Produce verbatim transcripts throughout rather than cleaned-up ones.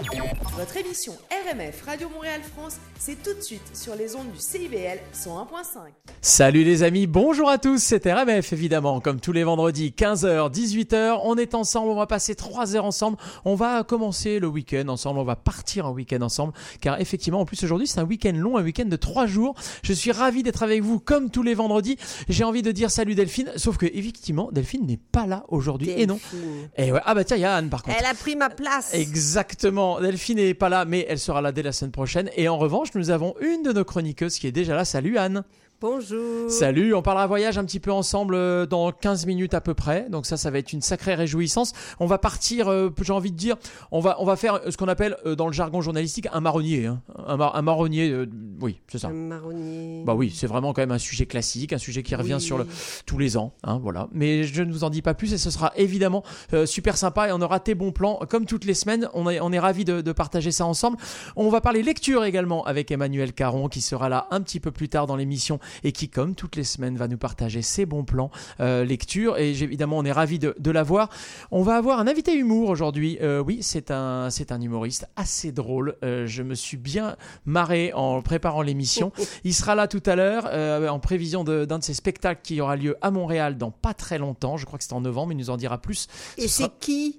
Votre émission R M F Radio Montréal France, c'est tout de suite sur les ondes du C I B L cent un virgule cinq. Salut les amis, bonjour à tous, c'est R M F évidemment, comme tous les vendredis, quinze heures, dix-huit heures, on est ensemble, on va passer trois heures ensemble, on va commencer le week-end ensemble, on va partir en week-end ensemble, car effectivement en plus aujourd'hui c'est un week-end long, un week-end de trois jours, je suis ravi d'être avec vous comme tous les vendredis, j'ai envie de dire salut Delphine, sauf que effectivement Delphine n'est pas là aujourd'hui, Delphine. et non, et ouais, ah bah tiens il y a Anne par contre. Elle a pris ma place. Exactement, Delphine n'est pas là mais elle sera là dès la semaine prochaine, et en revanche nous avons une de nos chroniqueuses qui est déjà là, salut Anne. Bonjour. Salut, on parlera voyage un petit peu ensemble dans quinze minutes à peu près. Donc ça, ça va être une sacrée réjouissance. On va partir, euh, j'ai envie de dire, on va, on va faire ce qu'on appelle euh, dans le jargon journalistique un marronnier. Hein. Un, mar- un marronnier, euh, oui, c'est ça. Un marronnier. Bah oui, c'est vraiment quand même un sujet classique, un sujet qui revient Oui. sur le, tous les ans. Hein, voilà. Mais je ne vous en dis pas plus et ce sera évidemment euh, super sympa et on aura tes bons plans comme toutes les semaines. On est, on est ravis de, de partager ça ensemble. On va parler lecture également avec Emmanuel Caron qui sera là un petit peu plus tard dans l'émission et qui, comme tout toutes les semaines va nous partager ses bons plans euh, lecture et évidemment on est ravis de, de l'avoir. On va avoir un invité humour aujourd'hui, euh, oui c'est un, c'est un humoriste assez drôle, euh, je me suis bien marré en préparant l'émission. Il sera là tout à l'heure euh, en prévision de, d'un de ses spectacles qui aura lieu à Montréal dans pas très longtemps, je crois que c'est en novembre, il nous en dira plus. Et Ce c'est sera... qui?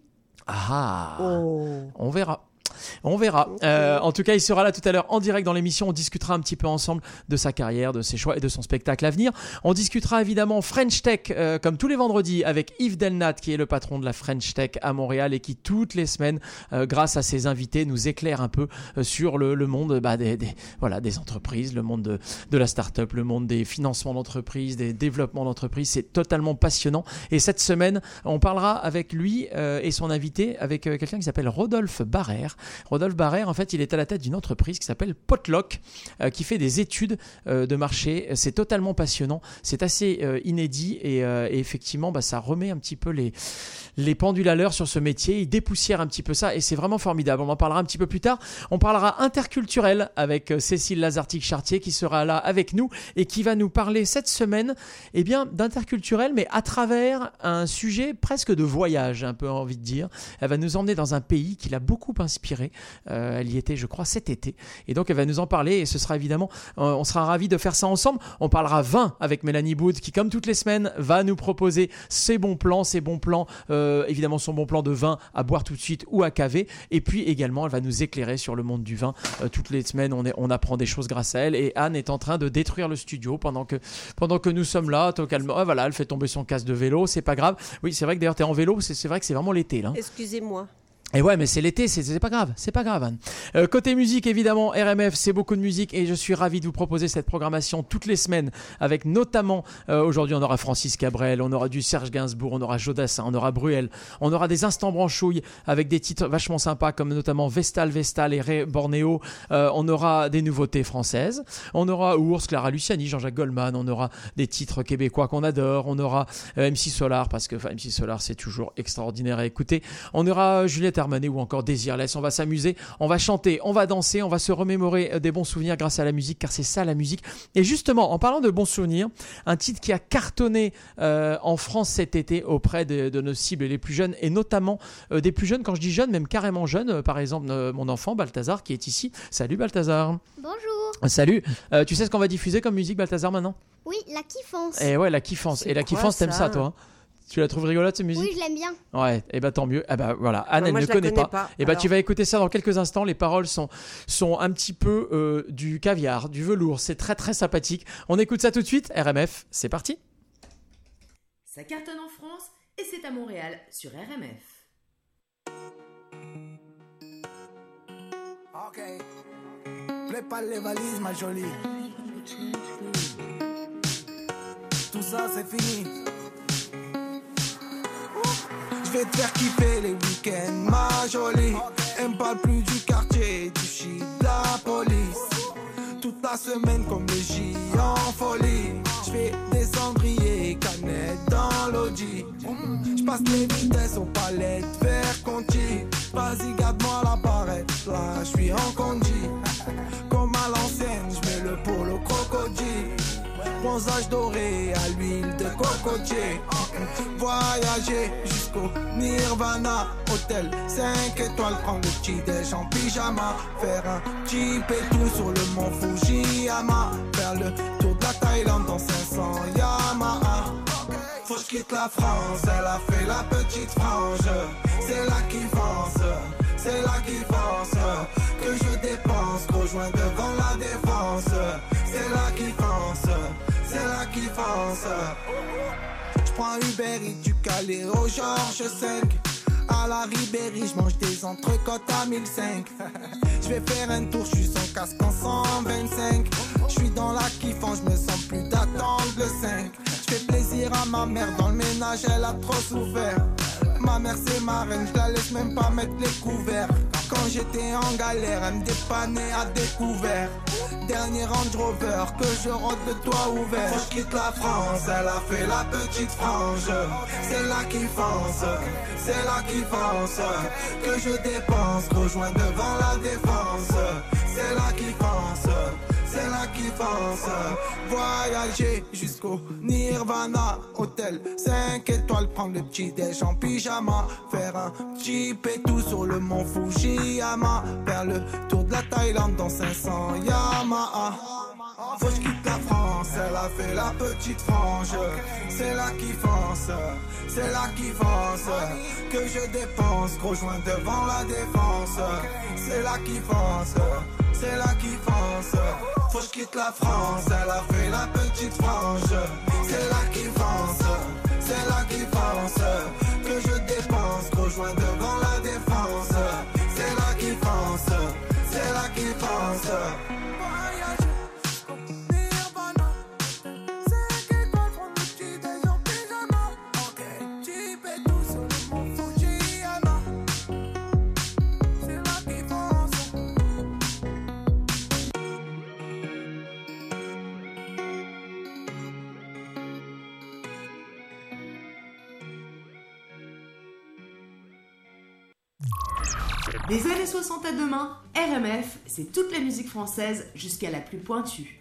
Ah, Oh. On verra. On verra. Euh, en tout cas, il sera là tout à l'heure en direct dans l'émission. On discutera un petit peu ensemble de sa carrière, de ses choix et de son spectacle à venir. On discutera évidemment French Tech euh, comme tous les vendredis avec Yves Delnat qui est le patron de la French Tech à Montréal et qui toutes les semaines, euh, grâce à ses invités, nous éclaire un peu euh, sur le, le monde bah, des, des, voilà, des entreprises, le monde de, de la start-up, le monde des financements d'entreprises, des développements d'entreprises. C'est totalement passionnant. Et cette semaine, on parlera avec lui euh, et son invité, avec euh, quelqu'un qui s'appelle Rodolphe Barrère. Rodolphe Barrère, en fait, il est à la tête d'une entreprise qui s'appelle Potluck, euh, qui fait des études euh, de marché. C'est totalement passionnant, c'est assez euh, inédit et, euh, et effectivement, bah, ça remet un petit peu les, les pendules à l'heure sur ce métier. Il dépoussière un petit peu ça et c'est vraiment formidable. On en parlera un petit peu plus tard. On parlera interculturel avec euh, Cécile Lazartique-Chartier qui sera là avec nous et qui va nous parler cette semaine eh bien, d'interculturel, mais à travers un sujet presque de voyage, un peu envie de dire. Elle va nous emmener dans un pays qui l'a beaucoup inspiré. Euh, elle y était, je crois, cet été. Et donc, elle va nous en parler et ce sera évidemment, euh, on sera ravis de faire ça ensemble. On parlera vin avec Mélanie Boud qui, comme toutes les semaines, va nous proposer ses bons plans, ses bons plans, euh, évidemment son bon plan de vin à boire tout de suite ou à caver. Et puis également, elle va nous éclairer sur le monde du vin. Euh, toutes les semaines, on, est, on apprend des choses grâce à elle. Et Anne est en train de détruire le studio pendant que, pendant que nous sommes là. Au calme. Oh, voilà, elle fait tomber son casque de vélo, c'est pas grave. Oui, c'est vrai que d'ailleurs, tu es en vélo, c'est, c'est vrai que c'est vraiment l'été là. Excusez-moi. Et ouais, mais c'est l'été, c'est, c'est pas grave, c'est pas grave, Anne. Euh, côté musique, évidemment, R M F, c'est beaucoup de musique et je suis ravi de vous proposer cette programmation toutes les semaines avec notamment, euh, aujourd'hui, on aura Francis Cabrel, on aura du Serge Gainsbourg, on aura Jodassin, on aura Bruel, on aura des instants branchouilles avec des titres vachement sympas comme notamment Vestal, Vestal et Ray Bornéo. Euh, on aura des nouveautés françaises, on aura Ours, Clara Luciani, Jean-Jacques Goldman, on aura des titres québécois qu'on adore, on aura euh, M C Solar parce que enfin, M C Solar c'est toujours extraordinaire à écouter, on aura Juliette Armanet ou encore Désirless. On va s'amuser, on va chanter, on va danser, on va se remémorer des bons souvenirs grâce à la musique, car c'est ça la musique. Et justement, en parlant de bons souvenirs, un titre qui a cartonné euh, en France cet été auprès de, de nos cibles les plus jeunes, et notamment euh, des plus jeunes, quand je dis jeunes, même carrément jeunes, euh, par exemple euh, mon enfant Balthazar qui est ici. Salut Balthazar. Bonjour. Salut. Euh, tu sais ce qu'on va diffuser comme musique, Balthazar, maintenant ? Oui, la kiffance. Et ouais, la kiffance. C'est et la quoi, kiffance, t'aimes ça, ça toi ? Tu la trouves rigolote, cette musique ? Oui, je l'aime bien. Ouais, et bah tant mieux. Ah bah voilà, Anne, Bah, elle moi, ne je la connaît connais pas. pas, Et bah alors. tu vas écouter ça dans quelques instants. Les paroles sont, sont un petit peu euh, du caviar, du velours. C'est très très sympathique. On écoute ça tout de suite. R M F, c'est parti. Ça cartonne en France et c'est à Montréal sur R M F. Ok. Prépare les valises, ma jolie. Tout ça, c'est fini. Je vais te faire kiffer les week-ends, ma jolie. Elle me parle plus du quartier, du shit, de la police. Toute la semaine comme le J en folie. Je fais des cendriers, canettes dans l'audi. Je passe les vitesses aux palettes, vers Conti. Vas-y, garde-moi la barrette, là je suis en condi. Comme à l'ancienne, je mets le polo crocodile. Prends bronzage doré à l'huile de cocotier. Voyager jusqu'au Nirvana, hôtel cinq étoiles, prendre le petit déj en pyjama, faire un jeep et tout sur le mont Fujiyama, faire le tour de la Thaïlande dans cinq cents Yamaha. Faut que je quitte la France, elle a fait la petite frange. C'est là qui pense, c'est là qui pense que je dépense, rejoins devant la défense. C'est là qui pense, c'est là qui pense. J'prends Uber Eats du Calais au Georges cinq. À la Ribéry, j'mange des entrecôtes à mille cinq. J'vais faire un tour, j'suis sans casque en cent vingt-cinq. J'suis dans la kiffance, j'me sens plus d'attendre le cinq. J'fais plaisir à ma mère, dans le ménage elle a trop souffert. Ma mère c'est ma reine, j'la laisse même pas mettre les couverts. Quand j'étais en galère, elle me dépannait à découvert. Dernier Range Rover, que je rôde le toit ouvert. Faut que je quitte la France, elle a fait la petite frange. C'est là qui fonce, c'est là qui fonce que je dépense, rejoins devant la défense. C'est là qui fonce, c'est là qui fonce. Voyager jusqu'au Nirvana, hôtel cinq étoiles, prendre le petit déj en pyjama, faire un jeep et tout sur le mont Fujiyama, faire le tour de la Thaïlande dans cinq cents Yamaha. Faut que je quitte la France, elle a fait la petite frange. C'est là qui fonce, c'est là qui fonce que je dépense, rejoins devant la défense. C'est là qui fonce, c'est là qui fonce. Faut que je quitte la France, elle a fait la petite frange. C'est là qui fonce, c'est là qui fonce que je dépense, rejoins devant la défense. C'est là qui fonce, c'est là qui fonce. Des années soixante à demain, R M F, c'est toute la musique française jusqu'à la plus pointue.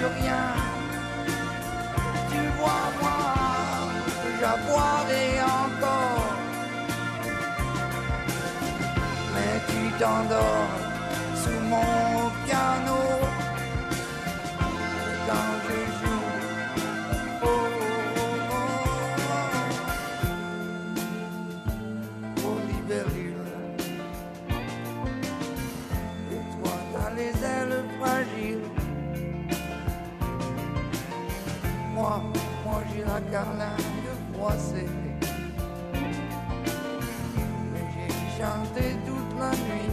plus rien. Tu vois moi, j'aboierai encore. Mais tu t'endors sous mon piano quand je joue. Oh, oh, oh, oh, libellule. Et toi t'as les ailes fragiles. Moi, moi j'ai la carlingue froissée. Mais j'ai chanté toute la nuit.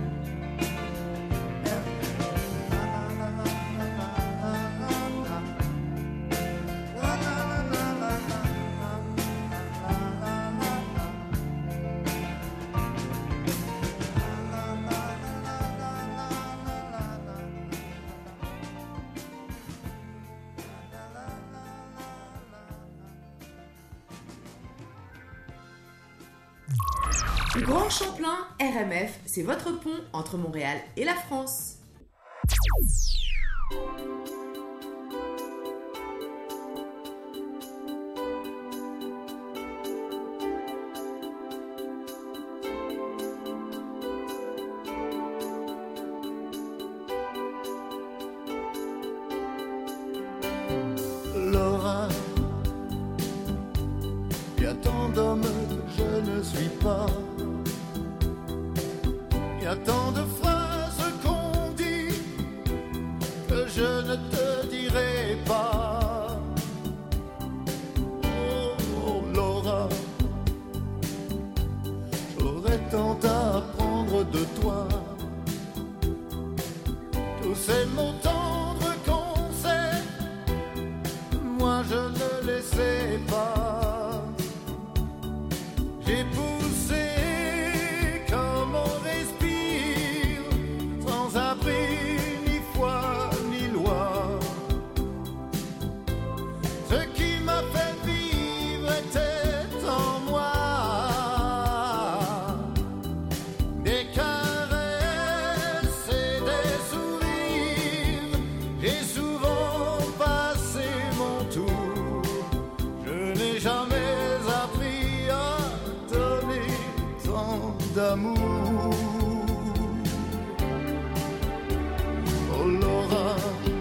Grand Champlain R M F, c'est votre pont entre Montréal et la France. Laura, y a tant d'hommes, je ne suis pas. Y a tant de phrases qu'on dit que je ne te dirai pas. Oh, oh Laura, j'aurais tant à apprendre de toi. Tous ces mots tendres qu'on sait, moi je ne les sais pas. J'ai poussé comme on respire, sans abri, ni foi, ni loi. Ce qui m'a fait vivre était en moi. Des caresses et des sourires, j'ai souvent passé mon tour. Je n'ai jamais appris à donner tant d'amour. Oh Laura,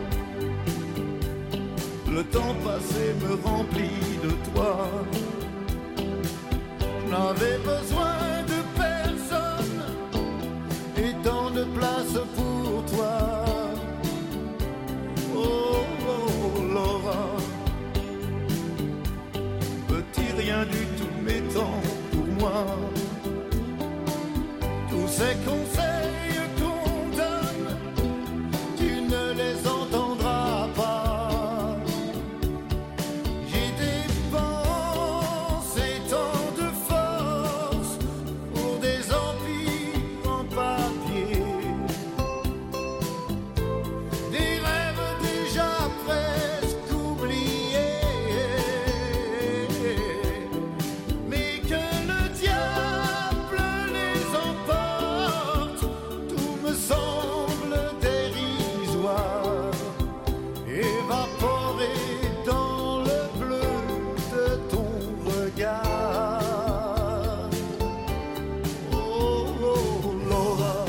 le temps passé me remplit de toi. Je n'avais besoin de personne et tant de place pour toi. Oh, oh Laura, petit rien du tout mais tant pour moi. Tous ces conseils qu'on donne, tu ne les entendras pas. J'ai dépensé tant de force pour des empires en papier, des rêves déjà presque oubliés. Mais que le diable les emporte, tout me semble dérisoire, évaporé dans le bleu de ton regard. Oh, oh Laura,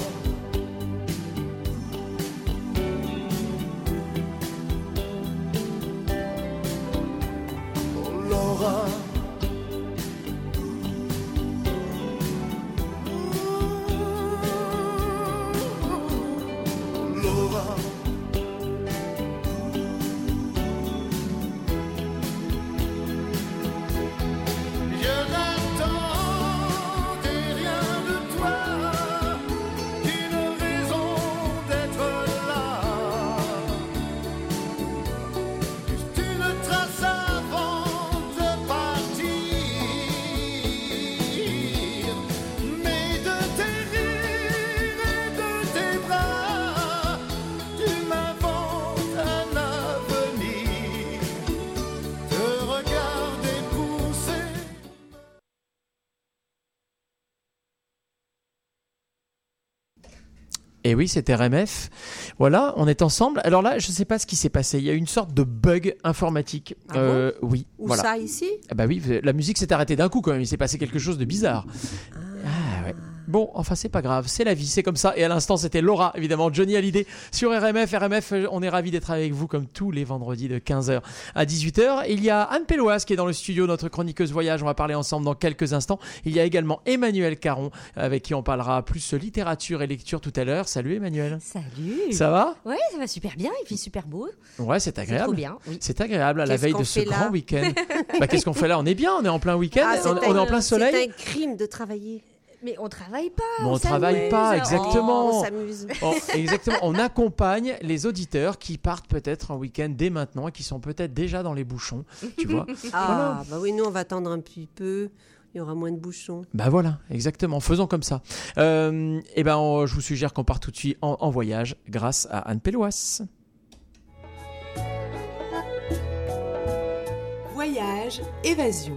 oh Laura. Laura, je n'attendais rien de toi, une raison d'être là, juste une trace avant de partir. Et oui, c'est R M F. Voilà, on est ensemble. Alors là, je ne sais pas ce qui s'est passé. Il y a eu une sorte de bug informatique. Ah euh, oui. Où voilà. ça, ici? Ah bah oui, la musique s'est arrêtée d'un coup quand même. Il s'est passé quelque chose de bizarre. Ah, ah ouais. Bon, enfin, c'est pas grave. C'est la vie, c'est comme ça. Et à l'instant, c'était Laura, évidemment. Johnny Hallyday sur R M F. R M F, on est ravis d'être avec vous comme tous les vendredis de quinze heures à dix-huit heures. Il y a Anne Pelloise qui est dans le studio, notre chroniqueuse voyage. On va parler ensemble dans quelques instants. Il y a également Emmanuel Caron avec qui on parlera plus littérature et lecture tout à l'heure. Salut Emmanuel. Salut. Ça va? Ouais, ça va super bien. Il fait super beau. Ouais, c'est agréable. C'est trop bien. Oui. C'est agréable à la Qu'est-ce veille qu'on de ce fait là grand week-end. Bah, qu'est-ce qu'on fait là? On est bien, on est en plein week-end, Ah, on, c'est on est un- en plein soleil. C'est un crime de travailler. Mais on travaille pas. Mais on on travaille s'amuse. pas, Oh. exactement. On s'amuse. Oh, exactement, on accompagne les auditeurs qui partent peut-être en week-end dès maintenant et qui sont peut-être déjà dans les bouchons, tu vois. Ah, bah oui, nous, on va attendre un petit peu. Il y aura moins de bouchons. Bah voilà, exactement, faisons comme ça. Euh, et ben, on- je vous suggère qu'on parte tout de suite en, en voyage grâce à Anne Pelloise. Voyage, évasion.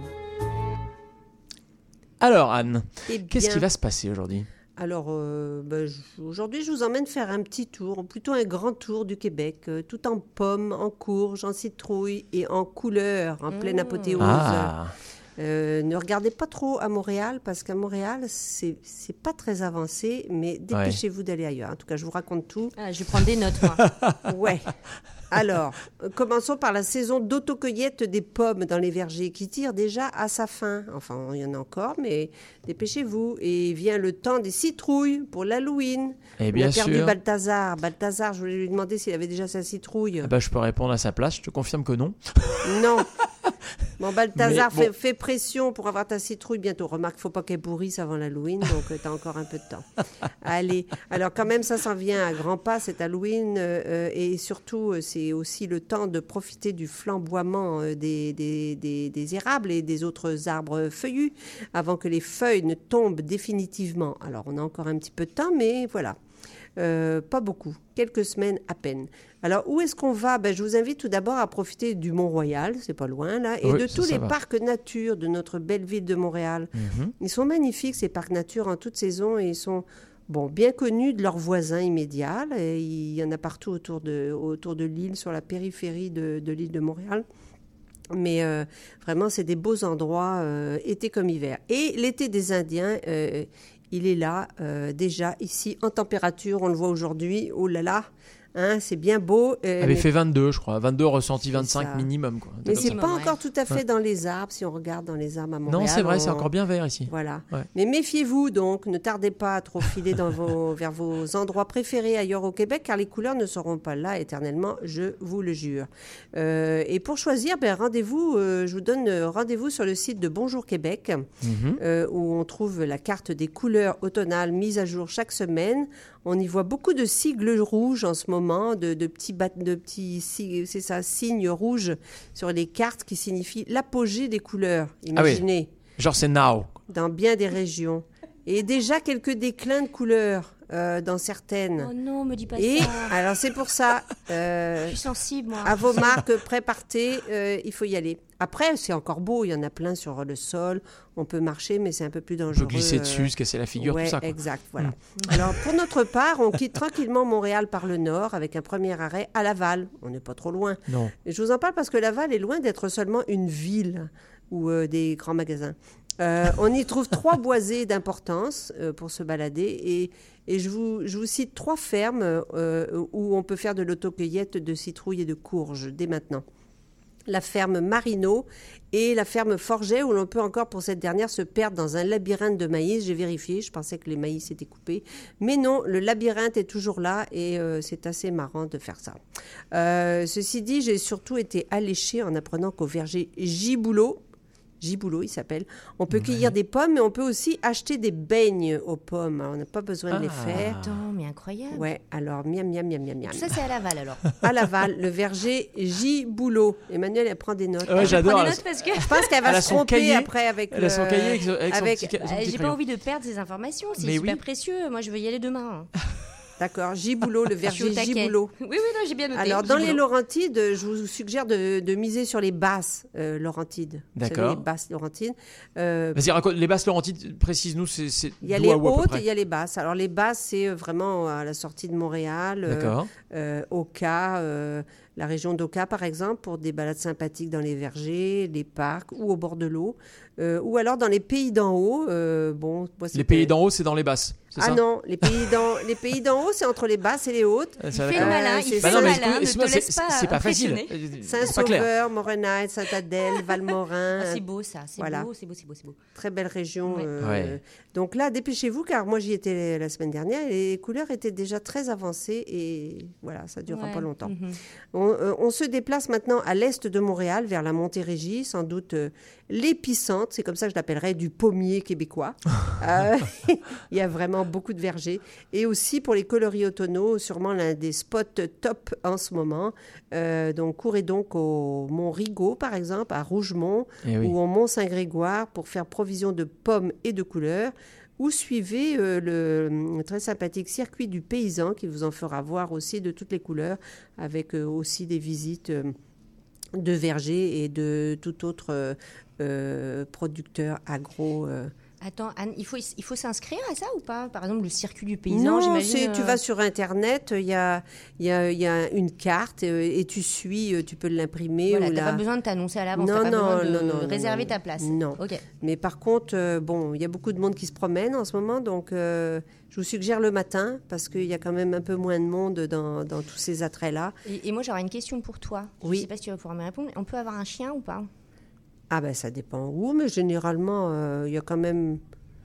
Alors Anne, Eh qu'est-ce bien, qui va se passer aujourd'hui? Alors, euh, bah, je- aujourd'hui, je vous emmène faire un petit tour, ou plutôt un grand tour du Québec, euh, tout en pommes, en courges, en citrouilles et en couleurs, en pleine apothéose. Ah, Euh, ne regardez pas trop à Montréal, parce qu'à Montréal, c'est c'est pas très avancé, mais dépêchez-vous d'aller ailleurs. En tout cas, je vous raconte tout. Ah, je vais prendre des notes, moi. Ouais. Alors, euh, commençons par la saison d'autocueillette des pommes dans les vergers qui tire déjà à sa fin. Enfin, il y en a encore, mais dépêchez-vous. Et vient le temps des citrouilles pour l'Halloween. et On bien a perdu sûr. Balthazar. Balthazar, je voulais lui demander s'il avait déjà sa citrouille. Ah bah, je peux répondre à sa place, je te confirme que non. Non. Bon, Balthazar, Mais bon. fait, fait pression pour avoir ta citrouille bientôt. Remarque, faut pas qu'elle pourrisse avant l'Halloween, donc tu as encore un peu de temps. Allez. Alors, quand même, ça s'en vient à grands pas, cet Halloween. euh, et surtout, euh, c'est aussi le temps de profiter du flamboiement euh, des, des, des, des érables et des autres arbres feuillus avant que les feuilles ne tombent définitivement. Alors, on a encore un petit peu de temps, mais voilà. Euh, pas beaucoup, quelques semaines à peine. Alors, où est-ce qu'on va? Ben, je vous invite tout d'abord à profiter du Mont-Royal, c'est pas loin là, et Oui, de ça, tous ça les va. parcs nature de notre belle ville de Montréal. Mhm. Ils sont magnifiques, ces parcs nature, en toute saison, et ils sont bon, bien connus de leurs voisins immédiats. Et il y en a partout autour de, autour de l'île, sur la périphérie de, de l'île de Montréal. Mais euh, vraiment, c'est des beaux endroits, euh, été comme hiver. Et l'été des Indiens, euh, il est là, euh, déjà, ici, en température. On le voit aujourd'hui. Oh là là, hein, c'est bien beau. euh, avait mais fait vingt-deux, je crois. vingt-deux ressenti C'est vingt-cinq ça. minimum, quoi. mais Comme c'est ça. pas Ouais. encore tout à fait Ouais. dans les arbres, si on regarde dans les arbres à Montréal. Non, c'est vrai, c'est on- encore bien vert ici. Voilà. Ouais. Mais méfiez-vous donc, ne tardez pas à trop filer dans vos, vers vos endroits préférés ailleurs au Québec, car les couleurs ne seront pas là éternellement, je vous le jure. Euh, et pour choisir, ben, rendez-vous, euh, je vous donne euh, rendez-vous sur le site de Bonjour Québec, Mhm. euh, où on trouve la carte des couleurs automnales mise à jour chaque semaine. On y voit beaucoup de sigles rouges en ce moment, de, de petits, bat- de petits si- c'est ça, signes rouges sur les cartes qui signifient l'apogée des couleurs. Ah oui. Imaginez, Genre, c'est now. dans bien des régions. Et déjà quelques déclins de couleurs euh, dans certaines. Oh non, me dis pas Et ça. alors c'est pour ça, euh, Je suis sensible, moi. à vos marques, pré-partez, euh, il faut y aller. Après, c'est encore beau, il y en a plein sur le sol. On peut marcher, mais c'est un peu plus On dangereux. peut glisser euh, dessus, se casser la figure, ouais, tout ça, quoi. exact, voilà. Alors, pour notre part, on quitte tranquillement Montréal par le nord avec un premier arrêt à Laval. On n'est pas trop loin. Non. Et je vous en parle parce que Laval est loin d'être seulement une ville ou euh, des grands magasins. Euh, on y trouve trois boisés d'importance euh, pour se balader et, et je, vous, je vous cite trois fermes euh, où on peut faire de l'autocueillette de citrouilles et de courges dès maintenant. La ferme Marino et la ferme Forget, où l'on peut encore, pour cette dernière, se perdre dans un labyrinthe de maïs. J'ai vérifié, je pensais que les maïs étaient coupés. Mais non, le labyrinthe est toujours là et euh, c'est assez marrant de faire ça. Euh, ceci dit, j'ai surtout été alléchée en apprenant qu'au verger Giboulot, Giboulot, il s'appelle. On peut cueillir des pommes, mais on peut aussi acheter des beignes aux pommes. Alors, on n'a pas besoin de les Ah. faire. Attends, mais incroyable. Ouais, alors miam, miam, miam, miam, miam. Tout ça, c'est à Laval, alors. À Laval, le verger Giboulot. Emmanuel, elle prend des notes. Ouais, Je j'adore. prends des elle- notes parce que Je pense qu'elle va Elle a se son tromper cahier. après avec Elle a son le- cahier avec, son- avec son avec- petit ca- son euh, petit j'ai pas crayon. envie de perdre ces informations. C'est Mais super oui. précieux. Moi, je veux y aller demain. D'accord, Giboulot, le Je suis au verger taquet. Giboulot. Oui, oui, non, j'ai bien noté. Alors, dans les Giboulot. Laurentides, je vous suggère de, de miser sur les basses euh, Laurentides. Vous savez, D'accord. les basses Laurentides. Euh, Vas-y, raconte. Les basses Laurentides, précise-nous, c'est, c'est Il y a d'où les à où à peu hautes près et il y a les basses. Alors, les basses, c'est vraiment à la sortie de Montréal, euh, D'accord. euh, Oka, euh, la région d'Oka, par exemple, pour des balades sympathiques dans les vergers, les parcs ou au bord de l'eau. Euh, ou alors dans les pays d'en haut. Euh, bon, moi, Les c'était- pays d'en haut, c'est dans les basses. C'est Ah ça non, les pays d'en les pays d'en haut, c'est entre les basses et les hautes. Euh, ça, Il fait d'accord. le malin, Euh, il c'est fait Bah non, le mais malin, ne excuse-moi, te c'est, laisse c'est- pas c'est pas facile. impressionner. Euh, C'est pas clair. Saint-Sauveur, Morenheim, Sainte-Adèle, Valmorin. Ah, c'est beau ça, c'est Voilà. beau, c'est beau, c'est beau, c'est beau. Très belle région. Ouais. euh, Ouais. Donc là, dépêchez-vous, car moi j'y étais la semaine dernière et les couleurs étaient déjà très avancées et voilà, ça ne durera Ouais. pas longtemps. Mhm. On, euh, on se déplace maintenant à l'est de Montréal, vers la Montérégie, sans doute euh, l'épicentre, c'est comme ça que je l'appellerais, du pommier québécois. Euh, il y a vraiment beaucoup de vergers. Et aussi pour les coloris automnaux, sûrement l'un des spots top en ce moment. Euh, donc courez donc au Mont Rigaud, par exemple, à Rougemont, Eh oui. ou au Mont Saint-Grégoire pour faire provision de pommes et de couleurs. Ou suivez euh, le euh, très sympathique circuit du paysan qui vous en fera voir aussi de toutes les couleurs, avec euh, aussi des visites euh, de vergers et de tout autre euh, euh, producteur agro. euh. Attends, Anne, il faut, il faut s'inscrire à ça ou pas? Par exemple, le circuit du paysan, Non, j'imagine. c'est- tu euh, vas sur Internet, il y a, il y, a, il y a une carte euh, et tu suis, euh, tu peux l'imprimer. Voilà, ou t'as la... pas besoin de t'annoncer à l'avance, Non, t'as pas non, besoin de non, non, non, réserver non. ta place. Non. Ok. Mais par contre, euh, bon, il y a beaucoup de monde qui se promène en ce moment, donc euh, je vous suggère le matin parce qu'il y a quand même un peu moins de monde dans, dans tous ces attraits-là. Et, et moi, j'aurais une question pour toi. Oui. Je sais pas si tu vas pouvoir me répondre. On peut avoir un chien ou pas? Ah ben ça dépend où, mais généralement, euh, il y a quand même...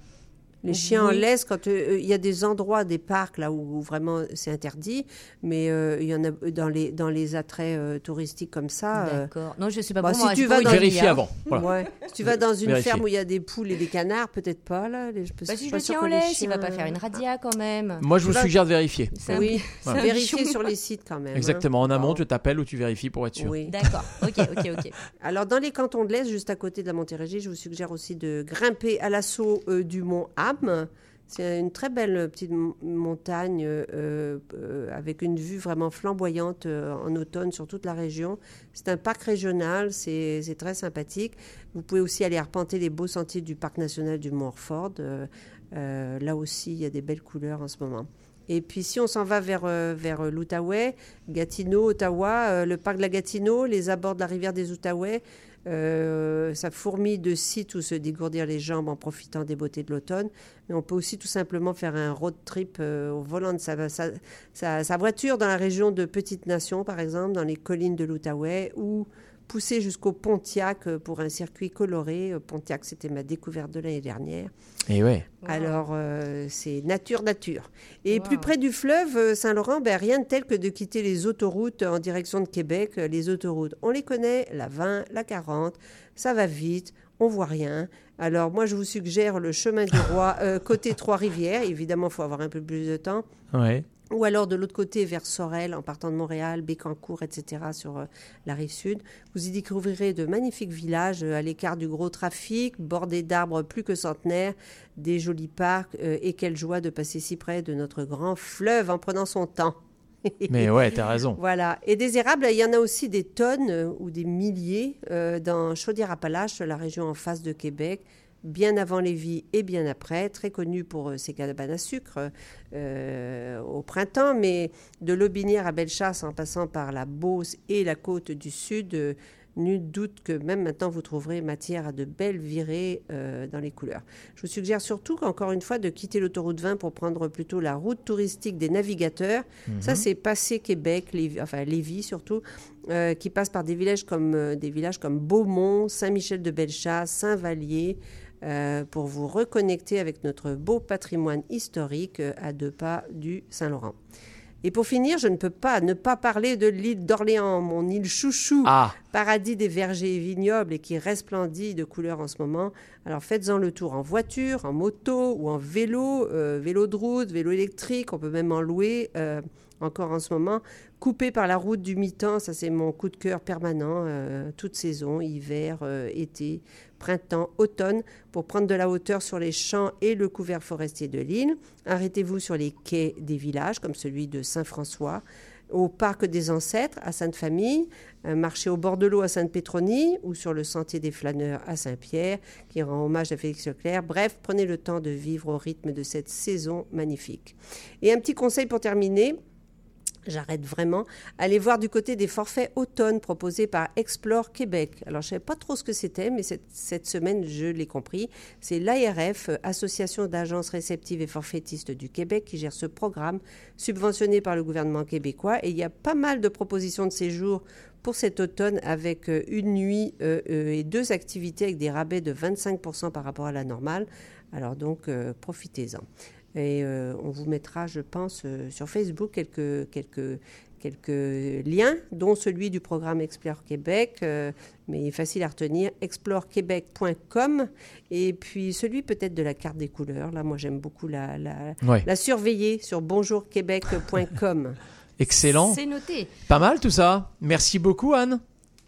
Les chiens en Oui. laisse, quand euh, il y a des endroits, des parcs là où, où vraiment c'est interdit, mais euh, il y en a dans les, dans les attraits euh, touristiques comme ça. euh, D'accord. Non, je sais pas bah, pour si moi. tu j'ai vas pas dans- envie de Vérifiez dire. avant. Voilà. ouais. Si tu vas dans une Vérifier. ferme où il y a des poules et des canards, peut-être pas là. Les, je peux, Bah, je si suis je pas le sûre tiens en que les laisse, il va chiens, pas faire une radia quand même. Moi, je vous vas- suggère de vérifier. C'est un- Oui, c'est un vérifier bichon. sur les sites quand même. hein. Exactement. En amont, Bon. tu t'appelles ou tu vérifies pour être sûr. Oui. D'accord. Ok, ok, ok. Alors, dans les cantons de l'Est, juste à côté de la Montérégie, je vous suggère aussi de grimper à l'assaut euh, du mont Ham. C'est une très belle petite m- montagne euh, euh, avec une vue vraiment flamboyante euh, en automne sur toute la région. C'est un parc régional, c'est c'est très sympathique. Vous pouvez aussi aller arpenter les beaux sentiers du parc national du Mont Orford. Euh, euh, là aussi, il y a des belles couleurs en ce moment. Et puis si on s'en va vers, euh, vers l'Outaouais, Gatineau, Ottawa, euh, le parc de la Gatineau, les abords de la rivière des Outaouais, euh, ça fourmille de sites où se dégourdir les jambes en profitant des beautés de l'automne. Mais on peut aussi tout simplement faire un road trip euh, au volant de sa, sa, sa, sa voiture dans la région de Petite Nation, par exemple, dans les collines de l'Outaouais, ou pousser jusqu'au Pontiac euh, pour un circuit coloré. Euh, Pontiac, c'était ma découverte de l'année dernière. Et ouais. Wow. Alors, euh, c'est nature, nature. Et Wow. plus près du fleuve euh, Saint-Laurent, ben, rien de tel que de quitter les autoroutes en direction de Québec. Euh, Les autoroutes, on les connaît, la vingt, la quarante, ça va vite, on voit rien. Alors, moi, je vous suggère le chemin du roi euh, côté Trois-Rivières. Évidemment, il faut avoir un peu plus de temps. Ouais. Ou alors de l'autre côté, vers Sorel, en partant de Montréal, Bécancour, et cetera, sur euh, la rive sud. Vous y découvrirez de magnifiques villages euh, à l'écart du gros trafic, bordés d'arbres plus que centenaires, des jolis parcs, euh, et quelle joie de passer si près de notre grand fleuve en prenant son temps. Mais ouais, t'as raison. Voilà. Et des érables, il y en a aussi des tonnes euh, ou des milliers euh, dans Chaudière-Appalaches, la région en face de Québec, bien avant Lévis et bien après, très connu pour euh, ses cabanes à sucre euh, au printemps, mais de l'Aubinière à Bellechasse en passant par la Beauce et la côte du Sud, euh, nul doute que même maintenant vous trouverez matière à de belles virées euh, dans les couleurs. Je vous suggère surtout, encore une fois, de quitter l'autoroute vingt pour prendre plutôt la route touristique des navigateurs. Mhm. Ça, c'est passé Québec, Lévis, enfin Lévis surtout, euh, qui passe par des villages comme, euh, des villages comme Beaumont, Saint-Michel-de-Bellechasse, Saint-Vallier, euh, pour vous reconnecter avec notre beau patrimoine historique euh, à deux pas du Saint-Laurent. Et pour finir, je ne peux pas ne pas parler de l'île d'Orléans, mon île chouchou, Ah, paradis des vergers et vignobles et qui resplendit de couleurs en ce moment. Alors faites-en le tour en voiture, en moto ou en vélo, euh, vélo de route, vélo électrique, on peut même en louer. Euh, encore en ce moment. Coupé par la route du mi-temps, ça c'est mon coup de cœur permanent, euh, toute saison, hiver, euh, été, printemps, automne, pour prendre de la hauteur sur les champs et le couvert forestier de l'île. Arrêtez-vous sur les quais des villages, comme celui de Saint-François, au parc des Ancêtres à Sainte-Famille, un marché au bord de l'eau à Sainte-Pétronie ou sur le sentier des flâneurs à Saint-Pierre, qui rend hommage à Félix Leclerc. Bref, prenez le temps de vivre au rythme de cette saison magnifique. Et un petit conseil pour terminer. J'arrête vraiment. Allez voir du côté des forfaits automne proposés par Explore Québec. Alors, je ne savais pas trop ce que c'était, mais cette, cette semaine, je l'ai compris. C'est l'A R F, Association d'agences réceptives et forfaitistes du Québec, qui gère ce programme subventionné par le gouvernement québécois. Et il y a pas mal de propositions de séjour pour cet automne avec une nuit euh, euh, et deux activités avec des rabais de vingt-cinq pour cent par rapport à la normale. Alors donc, euh, profitez-en. Et euh, on vous mettra, je pense, euh, sur Facebook quelques, quelques, quelques liens, dont celui du programme Explore Québec, euh, mais il est facile à retenir, explore québec point com, et puis celui peut-être de la carte des couleurs. Là, moi, j'aime beaucoup la, la, Ouais. la surveiller sur bonjour québec point com. Excellent. C'est noté. Pas mal tout ça. Merci beaucoup, Anne.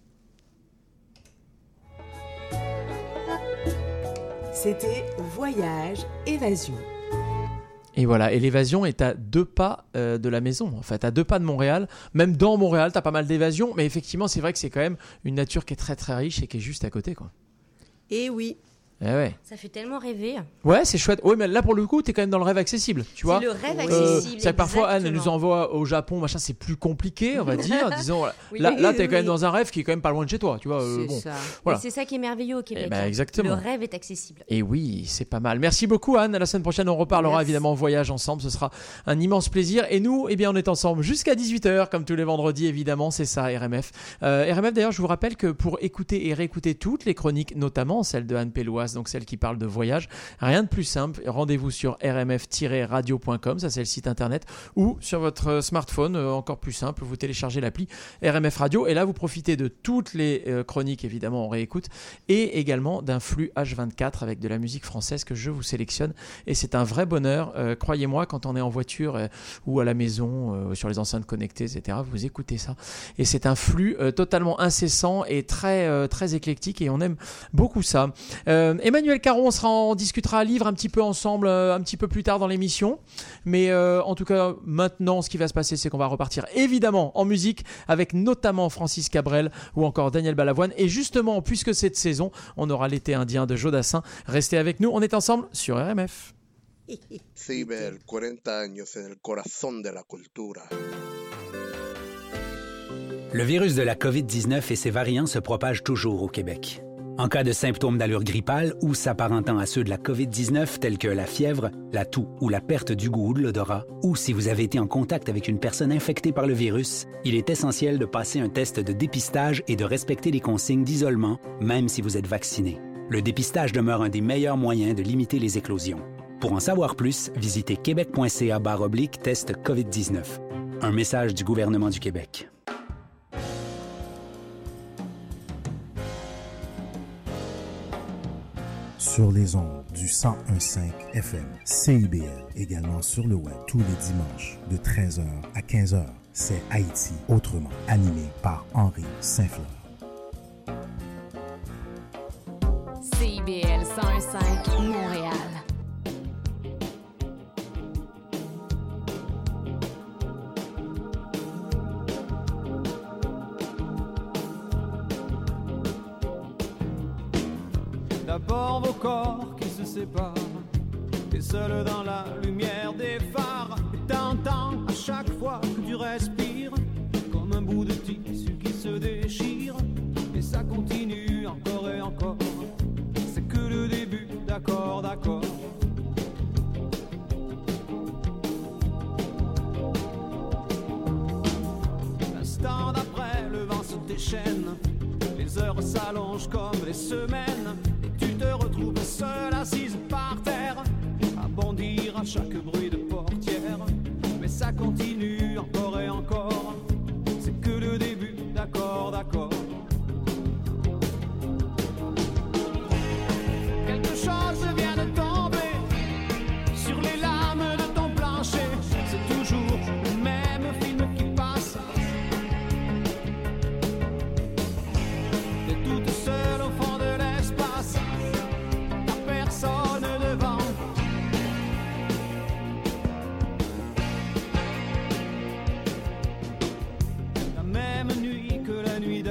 C'était Voyage Évasion. Et voilà, et l'évasion est à deux pas euh, de la maison, en fait, à deux pas de Montréal. Même dans Montréal, t'as pas mal d'évasion, mais effectivement, c'est vrai que c'est quand même une nature qui est très très riche et qui est juste à côté, quoi. Et oui. Eh ouais. Ça fait tellement rêver. Ouais, c'est chouette. Oui, mais là, pour le coup, t'es quand même dans le rêve accessible, tu vois. C'est le rêve Euh, accessible. c'est que parfois, Anne, elle nous exactement. envoie au Japon, machin, c'est plus compliqué, on va dire. Disons, voilà. Oui, là, oui, là oui, t'es quand oui. même dans un rêve qui est quand même pas loin de chez toi, tu vois. euh, C'est bon. ça. Voilà. Et c'est ça qui est merveilleux au Québec. Eh ben, hein. exactement. Le rêve est accessible. Et oui, c'est pas mal. Merci beaucoup, Anne. À la semaine prochaine, on reparlera Merci. évidemment voyage ensemble. Ce sera un immense plaisir. Et nous, eh bien, on est ensemble jusqu'à dix-huit heures, comme tous les vendredis, évidemment. C'est ça, R M F. Euh, R M F, d'ailleurs, je vous rappelle que pour écouter et réécouter toutes les chroniques, notamment celle de Anne Pellouas, donc celle qui parle de voyage, rien de plus simple. Rendez-vous sur r m f tiret radio point com, ça c'est le site internet, ou sur votre smartphone, euh, encore plus simple, vous téléchargez l'appli R M F Radio. Et là, vous profitez de toutes les euh, chroniques, évidemment, on réécoute, et également d'un flux H vingt-quatre avec de la musique française que je vous sélectionne. Et c'est un vrai bonheur, euh, croyez-moi, quand on est en voiture euh, ou à la maison, euh, sur les enceintes connectées, et cetera, vous écoutez ça. Et c'est un flux euh, totalement incessant et très, euh, très éclectique, et on aime beaucoup ça. Euh, Emmanuel Caron, on, sera, on discutera à livre un petit peu ensemble, euh, un petit peu plus tard dans l'émission. Mais euh, en tout cas, maintenant, ce qui va se passer, c'est qu'on va repartir évidemment en musique avec notamment Francis Cabrel ou encore Daniel Balavoine. Et justement, puisque cette saison, on aura l'été indien de Jodassin. Restez avec nous, on est ensemble sur R M F. Cibel, cuarenta años en el corazón de la cultura. Le virus de la covid dix-neuf et ses variants se propagent toujours au Québec. En cas de symptômes d'allure grippale ou s'apparentant à ceux de la covid dix-neuf tels que la fièvre, la toux ou la perte du goût ou de l'odorat, ou si vous avez été en contact avec une personne infectée par le virus, il est essentiel de passer un test de dépistage et de respecter les consignes d'isolement, même si vous êtes vacciné. Le dépistage demeure un des meilleurs moyens de limiter les éclosions. Pour en savoir plus, visitez québec point c a barre oblique test covid dix-neuf. Un message du gouvernement du Québec. Sur les ondes du cent un virgule cinq F M, C I B L, également sur le web tous les dimanches de treize heures à quinze heures. C'est Haïti autrement, animé par Henri Saint-Fleur. C I B L cent un virgule cinq Montréal. D'abord vos corps qui se séparent, et seul dans la lumière des phares, et t'entends à chaque fois que tu respires, comme un bout de tissu qui se déchire, et ça continue encore et encore, c'est que le début, d'accord, d'accord. L'instant d'après, le vent se déchaîne, les heures s'allongent comme les semaines, et tu te retrouves seule assise par terre, à bondir à chaque bruit de portière. Mais ça continue encore et encore, c'est que le début, d'accord, d'accord. Quelque chose vient de tomber sur les lames de ton plancher, c'est toujours le même fil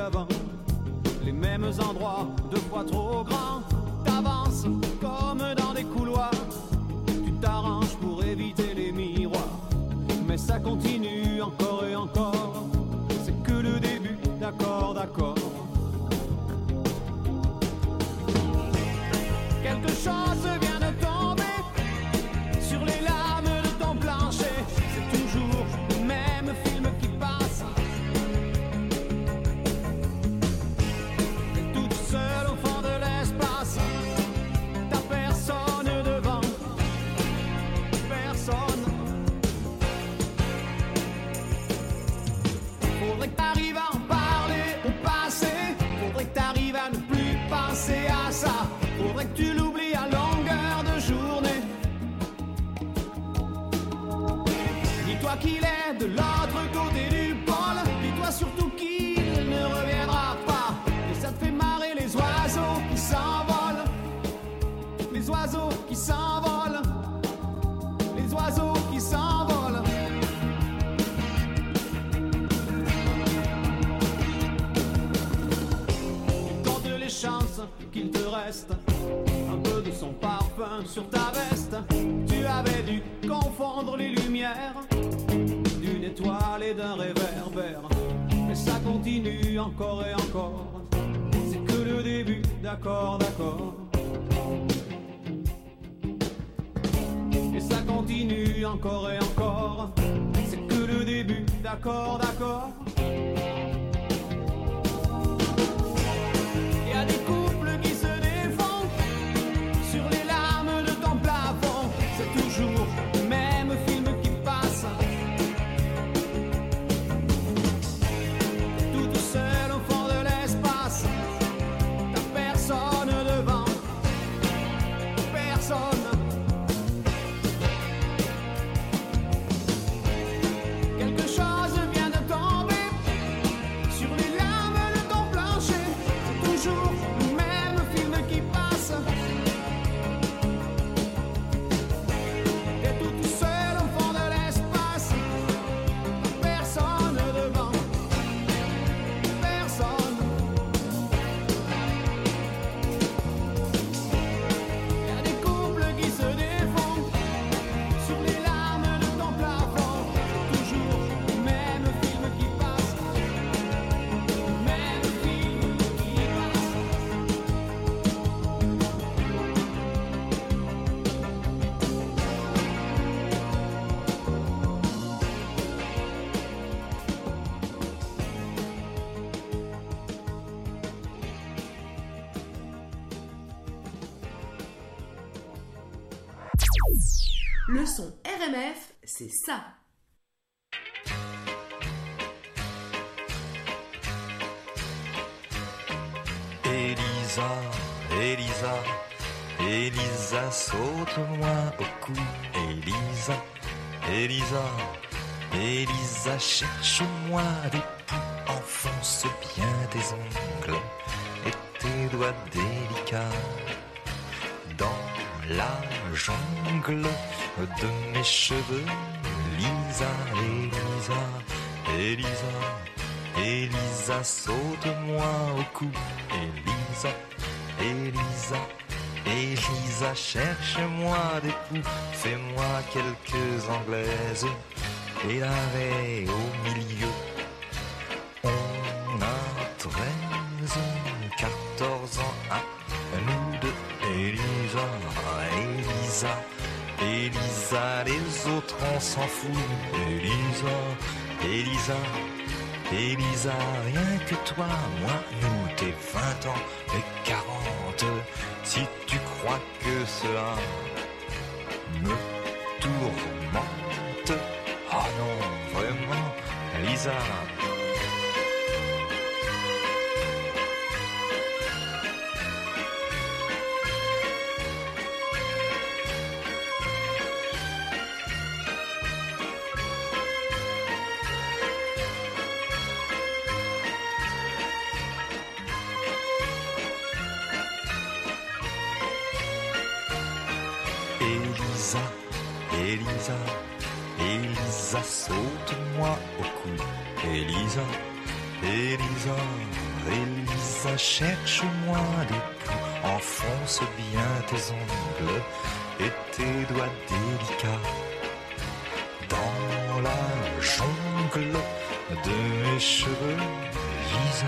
d'avant. Les mêmes endroits, deux fois trop grands. T'avances comme dans des couloirs. Tu t'arranges pour éviter les miroirs. Mais ça continue encore et encore. C'est que le début, d'accord, d'accord. Quelque chose vient de tomber sur les lames de ton plancher. C'est toujours le même film qui passe. T'es toute seule au fond de l'espace. T'as personne devant, personne. Faudrait que t'arrives à en parler au passé. Faudrait que t'arrives à ne plus penser à ça. Faudrait que tu l'oublies à longueur de journée. Dis-toi qu'il est de l'autre côté du pôle. Dis-toi surtout qu'il ne reviendra pas. Et ça te fait marrer les oiseaux qui s'envolent. Les oiseaux qui s'envolent. Les oiseaux qui s'envolent. Il compte les chances qu'il te reste un peu de son parfum sur ta veste. Tu avais dû confondre les lumières d'une étoile et d'un réverbère. Mais ça continue encore et encore. C'est que le début, d'accord, d'accord. Et ça continue encore et encore. C'est que le début, d'accord, d'accord. Il y a des couples qui se défont sur les lames de ton plafond. C'est toujours le même film qui passe. Toute seule au fond de l'espace. T'as personne devant, personne. Quelque chose vient de tomber sur les lames de ton plancher. C'est toujours le même film qui passe. T'es toute seule au fond de l'espace. Personne devant, personne. Y a des couples qui se défont sur les lames de ton plafond. Toujours le même film qui passe. Le même film qui passe. Le son R M F, c'est ça. Elisa, Elisa, Elisa, saute-moi au cou. Elisa, Elisa, Elisa, cherche-moi des poux. Enfonce bien tes ongles et tes doigts délicats dans la jungle de mes cheveux. Elisa, Elisa, Elisa, Elisa, saute-moi au cou. Elisa, Elisa, Elisa, cherche-moi des poux. Fais-moi quelques anglaises et l'arrêt au milieu. On a treize, quatorze ans à nous deux. Elisa, Elisa, Elisa, les autres on s'en fout. Elisa, Elisa, Elisa, rien que toi, moi, nous, tes vingt ans et quarante. Si tu crois que cela me tourmente, oh non, vraiment, Elisa. Elisa, Elisa, Elisa, saute-moi au cou. Elisa, Elisa, Elisa, cherche moins d'époux, enfonce bien tes ongles et tes doigts délicats dans la jungle de mes cheveux, Lisa.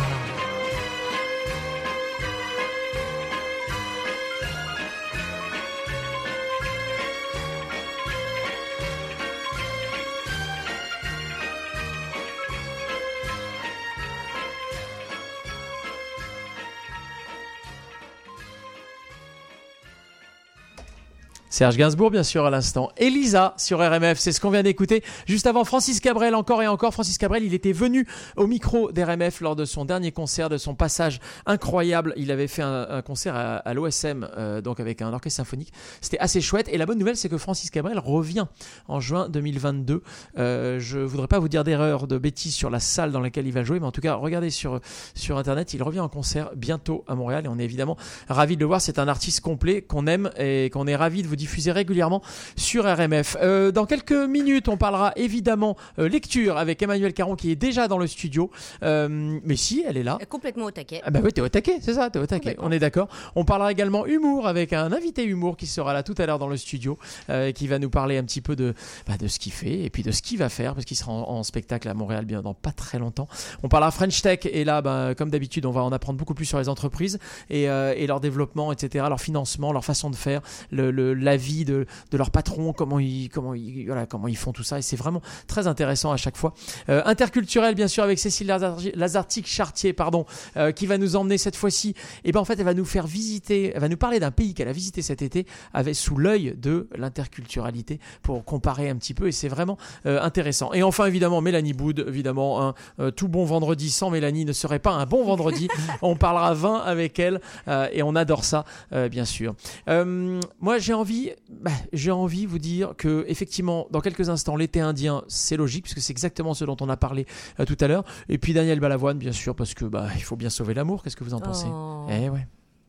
Serge Gainsbourg, bien sûr, à l'instant. Elisa sur R M F, c'est ce qu'on vient d'écouter. Juste avant, Francis Cabrel, encore et encore. Francis Cabrel, il était venu au micro d'R M F lors de son dernier concert, de son passage incroyable. Il avait fait un, un concert à, à l'O S M, euh, donc avec un orchestre symphonique. C'était assez chouette. Et la bonne nouvelle, c'est que Francis Cabrel revient en juin deux mille vingt-deux. Euh, je ne voudrais pas vous dire d'erreur, de bêtises sur la salle dans laquelle il va jouer, mais en tout cas, regardez sur, sur Internet. Il revient en concert bientôt à Montréal et on est évidemment ravis de le voir. C'est un artiste complet qu'on aime et qu'on est ravis de vous diffuser régulièrement sur R M F. Euh, dans quelques minutes, on parlera évidemment euh, lecture avec Emmanuelle Caron qui est déjà dans le studio. Euh, mais si, elle est là. Complètement au taquet. Ah bah oui, t'es au taquet, c'est ça, t'es au taquet. On est d'accord. On parlera également humour avec un invité humour qui sera là tout à l'heure dans le studio, euh, qui va nous parler un petit peu de, bah, de ce qu'il fait et puis de ce qu'il va faire parce qu'il sera en, en spectacle à Montréal bien dans pas très longtemps. On parlera French Tech et là, bah, comme d'habitude, on va en apprendre beaucoup plus sur les entreprises et, euh, et leur développement, et cetera, leur financement, leur façon de faire, le, le, la vie de De, de leur patron, comment ils, comment, ils, voilà, comment ils font tout ça et c'est vraiment très intéressant à chaque fois. Euh, interculturel bien sûr avec Cécile Lazartique-Chartier pardon, euh, qui va nous emmener cette fois-ci et ben en fait elle va nous faire visiter, elle va nous parler d'un pays qu'elle a visité cet été avec, sous l'œil de l'interculturalité pour comparer un petit peu et c'est vraiment euh, intéressant. Et enfin évidemment Mélanie Boud, évidemment un euh, tout bon vendredi sans Mélanie ne serait pas un bon vendredi. On parlera vin avec elle euh, et on adore ça euh, bien sûr. Euh, moi j'ai envie Bah, j'ai envie de vous dire que effectivement dans quelques instants l'été indien c'est logique puisque c'est exactement ce dont on a parlé euh, tout à l'heure et puis Daniel Balavoine bien sûr parce que bah, il faut bien sauver l'amour. Qu'est-ce que vous en pensez? Oh. Eh ouais.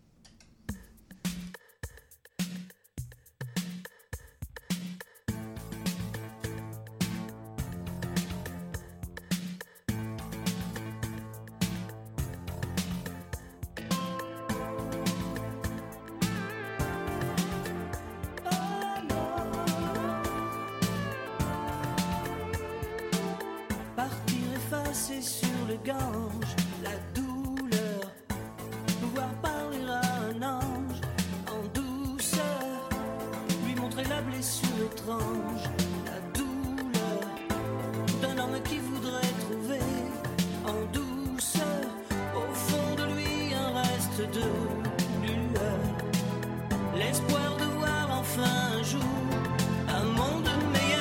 Sur le gange, la douleur, pouvoir parler à un ange en douceur, lui montrer la blessure étrange, la douleur d'un homme qui voudrait trouver en douceur au fond de lui un reste de lueur, l'espoir de voir enfin un jour un monde meilleur.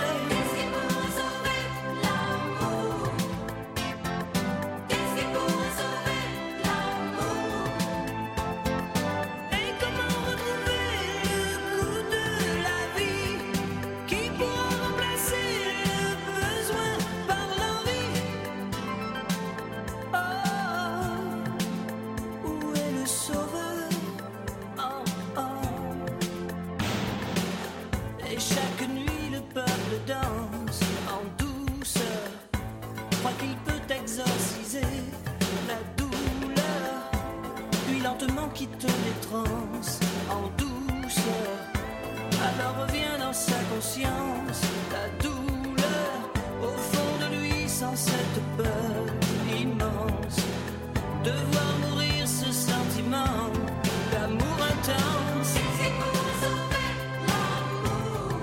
Quitte les trans en douceur, alors revient dans sa conscience la douleur au fond de lui sans cette peur immense de voir mourir ce sentiment d'amour intense. C'est pour sauver l'amour,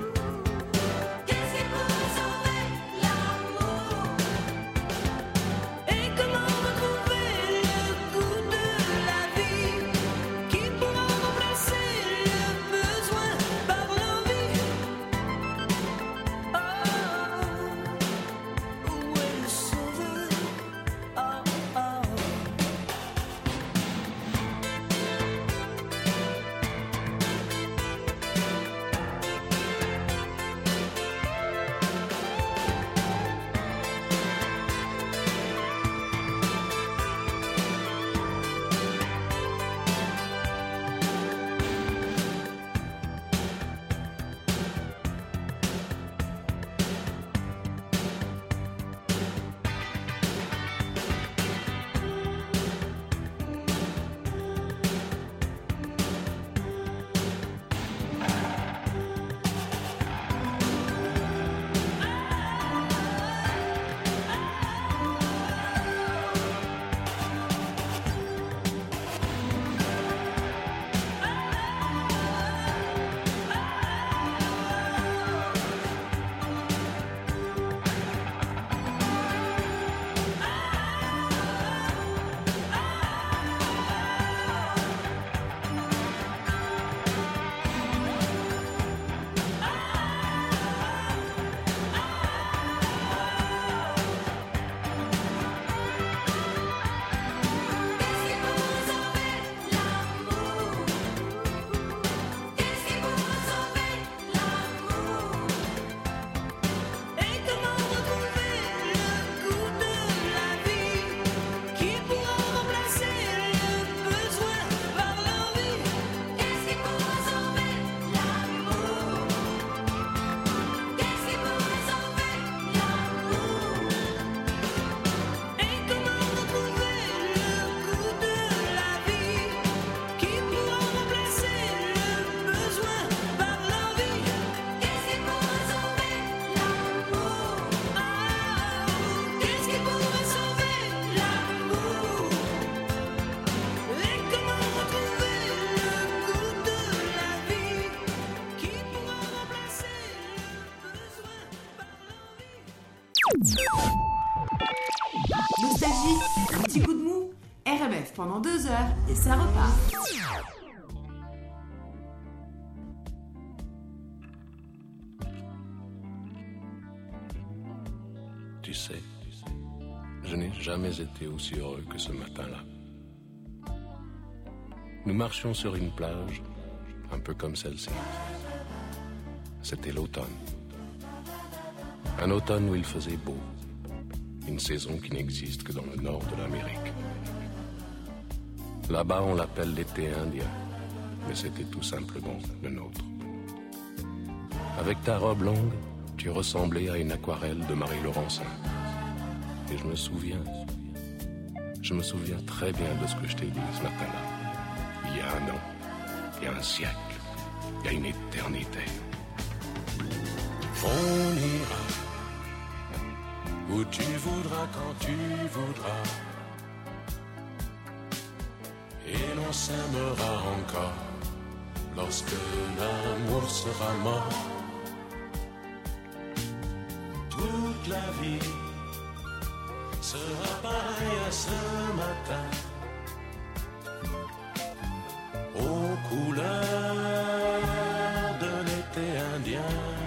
c'est pour sauver l'amour. Et comment retrouver le goût de la vie qui pourra remplacer le besoin par l'envie? Oh, où est le M F pendant deux heures et ça repart. Tu sais, je n'ai jamais été aussi heureux que ce matin-là. Nous marchions sur une plage, un peu comme celle-ci. C'était l'automne. Un automne où il faisait beau. Une saison qui n'existe que dans le nord de l'Amérique. Là-bas, on l'appelle l'été indien, mais c'était tout simplement le nôtre. Avec ta robe longue, tu ressemblais à une aquarelle de Marie Laurencin. Et je me souviens, je me souviens très bien de ce que je t'ai dit ce matin-là. Il y a un an, il y a un siècle, il y a une éternité. On ira où tu voudras, quand tu voudras. Et l'on s'aimera encore lorsque l'amour sera mort. Toute la vie sera pareille à ce matin, aux couleurs de l'été indien.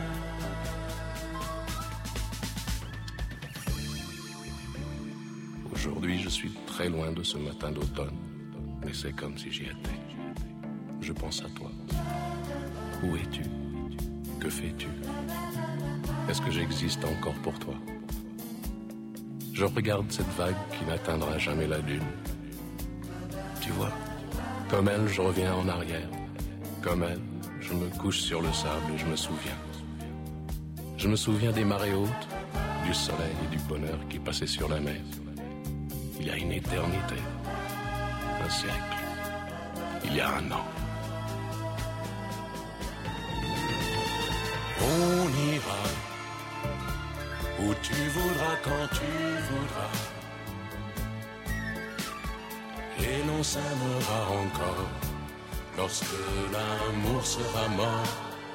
Aujourd'hui, je suis très loin de ce matin d'automne, mais c'est comme si j'y étais. Je pense à toi. Où es-tu? Que fais-tu? Est-ce que j'existe encore pour toi? Je regarde cette vague qui n'atteindra jamais la dune. Tu vois, comme elle, je reviens en arrière. Comme elle, je me couche sur le sable et je me souviens. Je me souviens des marées hautes, du soleil et du bonheur qui passaient sur la mer. Il y a une éternité, un siècle, il y a un an. On ira où tu voudras, quand tu voudras. Et l'on s'aimera encore lorsque l'amour sera mort.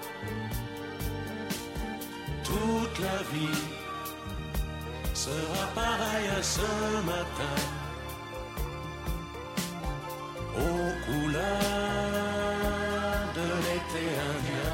Toute la vie sera pareille à ce matin, aux couleurs de l'été indien.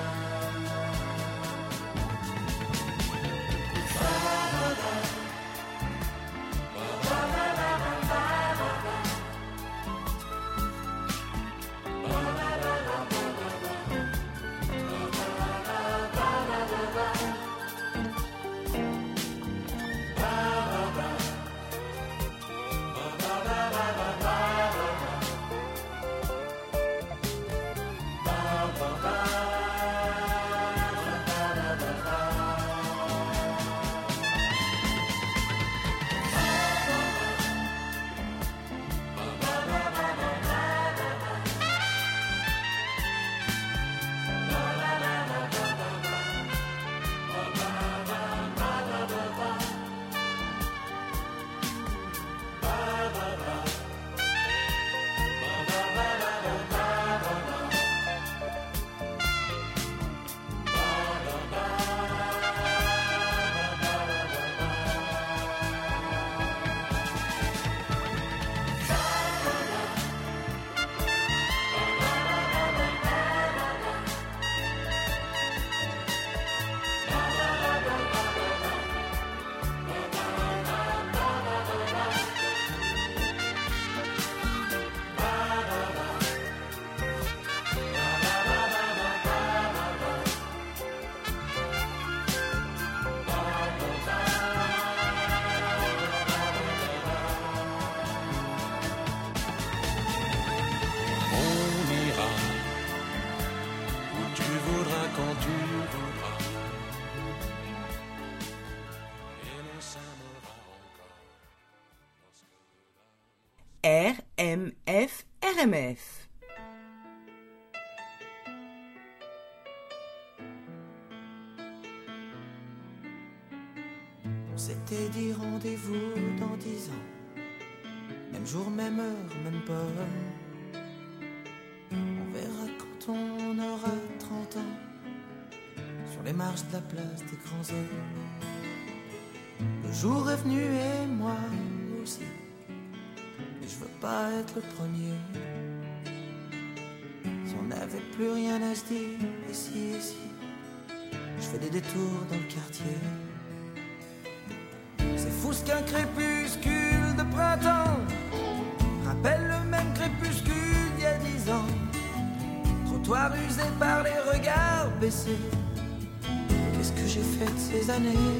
R M F R M F. On s'était dit rendez-vous dans dix ans, même jour, même heure, même pomme. On verra quand on aura trente ans, sur les marches de la place des grands hommes. Le jour est venu et moi aussi. je veux pas être le premier. Si on n'avait plus rien à se dire, ici, ici, je fais des détours dans le quartier. C'est fou ce qu'un crépuscule de printemps rappelle le même crépuscule d'il y a dix ans. Trottoir usé par les regards baissés. Qu'est-ce que j'ai fait de ces années?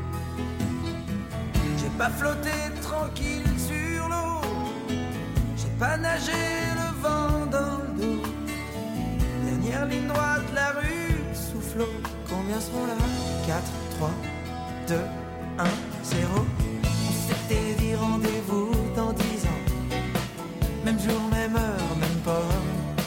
J'ai pas flotté tranquille sur l'eau. J'ai pas nagé le vent dans le dos. Dernière ligne droite de la rue sous flot. Combien seront là? quatre, trois, deux, un, zéro. On s'était dit rendez-vous dans dix ans. Même jour, même heure, même port.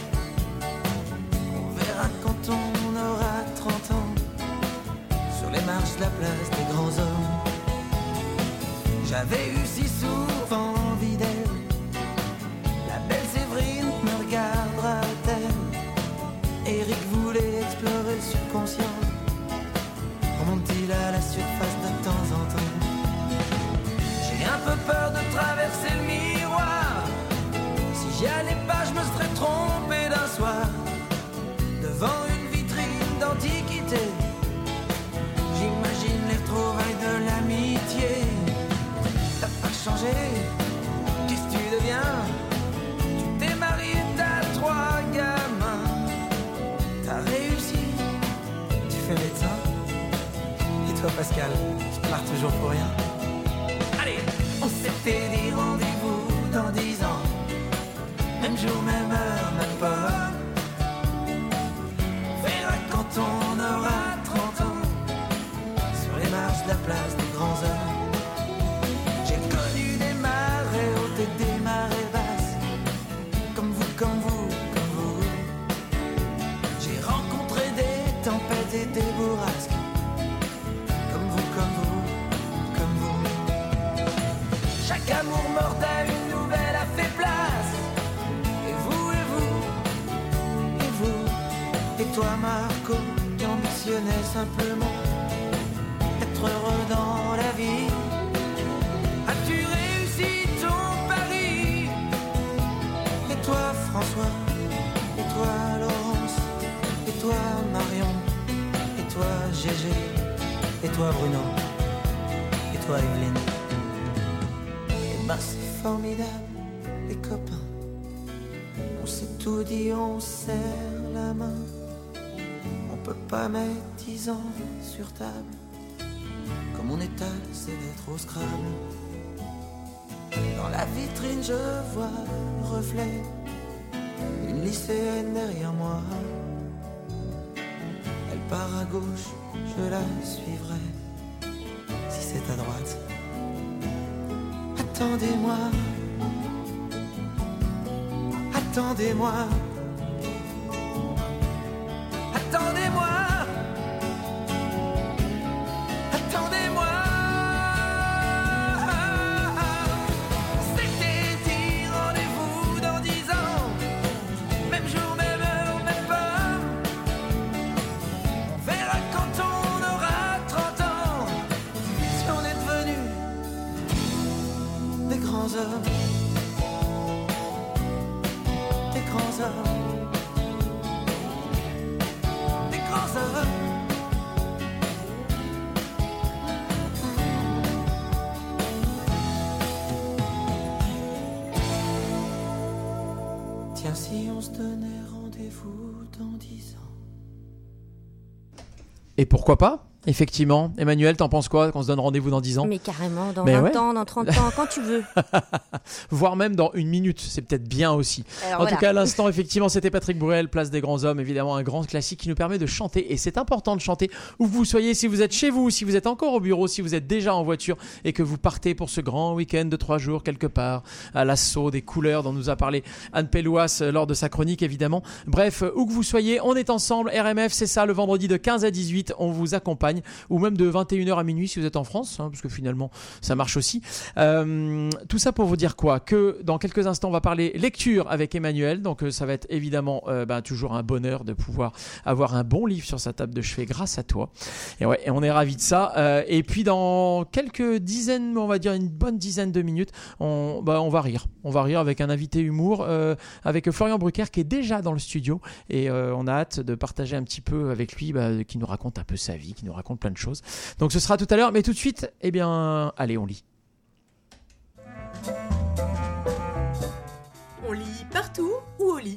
On verra quand on aura trente ans. Sur les marches de la place des grands hommes. J'avais eu si souvent envie d'elle. La belle Séverine me regardera-t-elle? Eric voulait explorer le subconscient. Remonte-t-il à la surface de temps en temps? J'ai un peu peur de traverser le miroir. Si j'y allais pas, je me serais trompé d'un soir. Devant une vitrine d'antiquité, j'imagine les retrouvailles de l'amitié. T'as pas changé, qu'est-ce que tu deviens? Tu t'es marié, t'as trois gamins. T'as réussi, tu fais médecin. Et toi Pascal, tu te marres toujours pour rien. Allez, on s'était dit rendez-vous dans dix ans. Même jour, même heure, même pas. On verra quand on aura trente ans. Sur les marches de la place des grands hommes. J'ai connu des marées hautes et des marées basses. Comme vous, comme vous, comme vous. J'ai rencontré des tempêtes et des bourrasques. Comme vous, comme vous, comme vous. Chaque amour mort à une nouvelle a fait place. Et vous, et vous, et vous. Et toi Marco, qui ambitionnais simplement d'être heureux dans la vie. As-tu réussi ton pari? Et toi François, et toi Laurence, et toi Marion, et toi Gégé, et toi Bruno, et toi Evelyne. Et ben c'est formidable, les copains. On s'est tout dit, on serre la main. On peut pas mettre dix ans sur table. Comme mon étal, c'est d'être au Scrabble. Dans la vitrine, je vois le reflet d'une lycéenne derrière moi. Elle part à gauche, je la suivrai. Si c'est à droite, attendez-moi. Attendez-moi. Attendez-moi. Attendez-moi. C'était dit rendez-vous dans dix ans. Même jour, même heure, même pas. On verra quand on aura trente ans. Si on est devenus des grands hommes. Des grands hommes. Des grands hommes. Tiens, si on se donnait rendez-vous dans dix ans. Et pourquoi pas? Effectivement. Emmanuel, t'en penses quoi qu'on se donne rendez-vous dans dix ans? Mais carrément, dans Mais vingt ouais. ans, dans trente ans, quand tu veux. Voire même dans une minute, c'est peut-être bien aussi. Alors en voilà. tout cas, à l'instant, effectivement, c'était Patrick Bruel, Place des Grands Hommes, évidemment un grand classique qui nous permet de chanter. Et c'est important de chanter où vous soyez, si vous êtes chez vous, si vous êtes encore au bureau, si vous êtes déjà en voiture et que vous partez pour ce grand week-end de trois jours quelque part, à l'assaut des couleurs dont nous a parlé Anne Pellouas lors de sa chronique, évidemment. Bref, où que vous soyez, on est ensemble. R M F, c'est ça, le vendredi de quinze à dix-huit, on vous accompagne campagne, ou même de vingt et une heures à minuit si vous êtes en France, hein, parce que finalement ça marche aussi. Euh, tout ça pour vous dire quoi ? Que dans quelques instants on va parler lecture avec Emmanuel, donc euh, ça va être évidemment euh, bah, toujours un bonheur de pouvoir avoir un bon livre sur sa table de chevet grâce à toi. Et ouais, et on est ravis de ça. Euh, et puis dans quelques dizaines, on va dire une bonne dizaine de minutes, on, bah, on va rire. On va rire avec un invité humour, euh, avec Florian Brucker qui est déjà dans le studio et euh, on a hâte de partager un petit peu avec lui, bah, qui nous raconte un peu sa vie, qui nous raconte plein de choses. Donc ce sera tout à l'heure, mais tout de suite, eh bien, allez, on lit. On lit partout ou au lit ?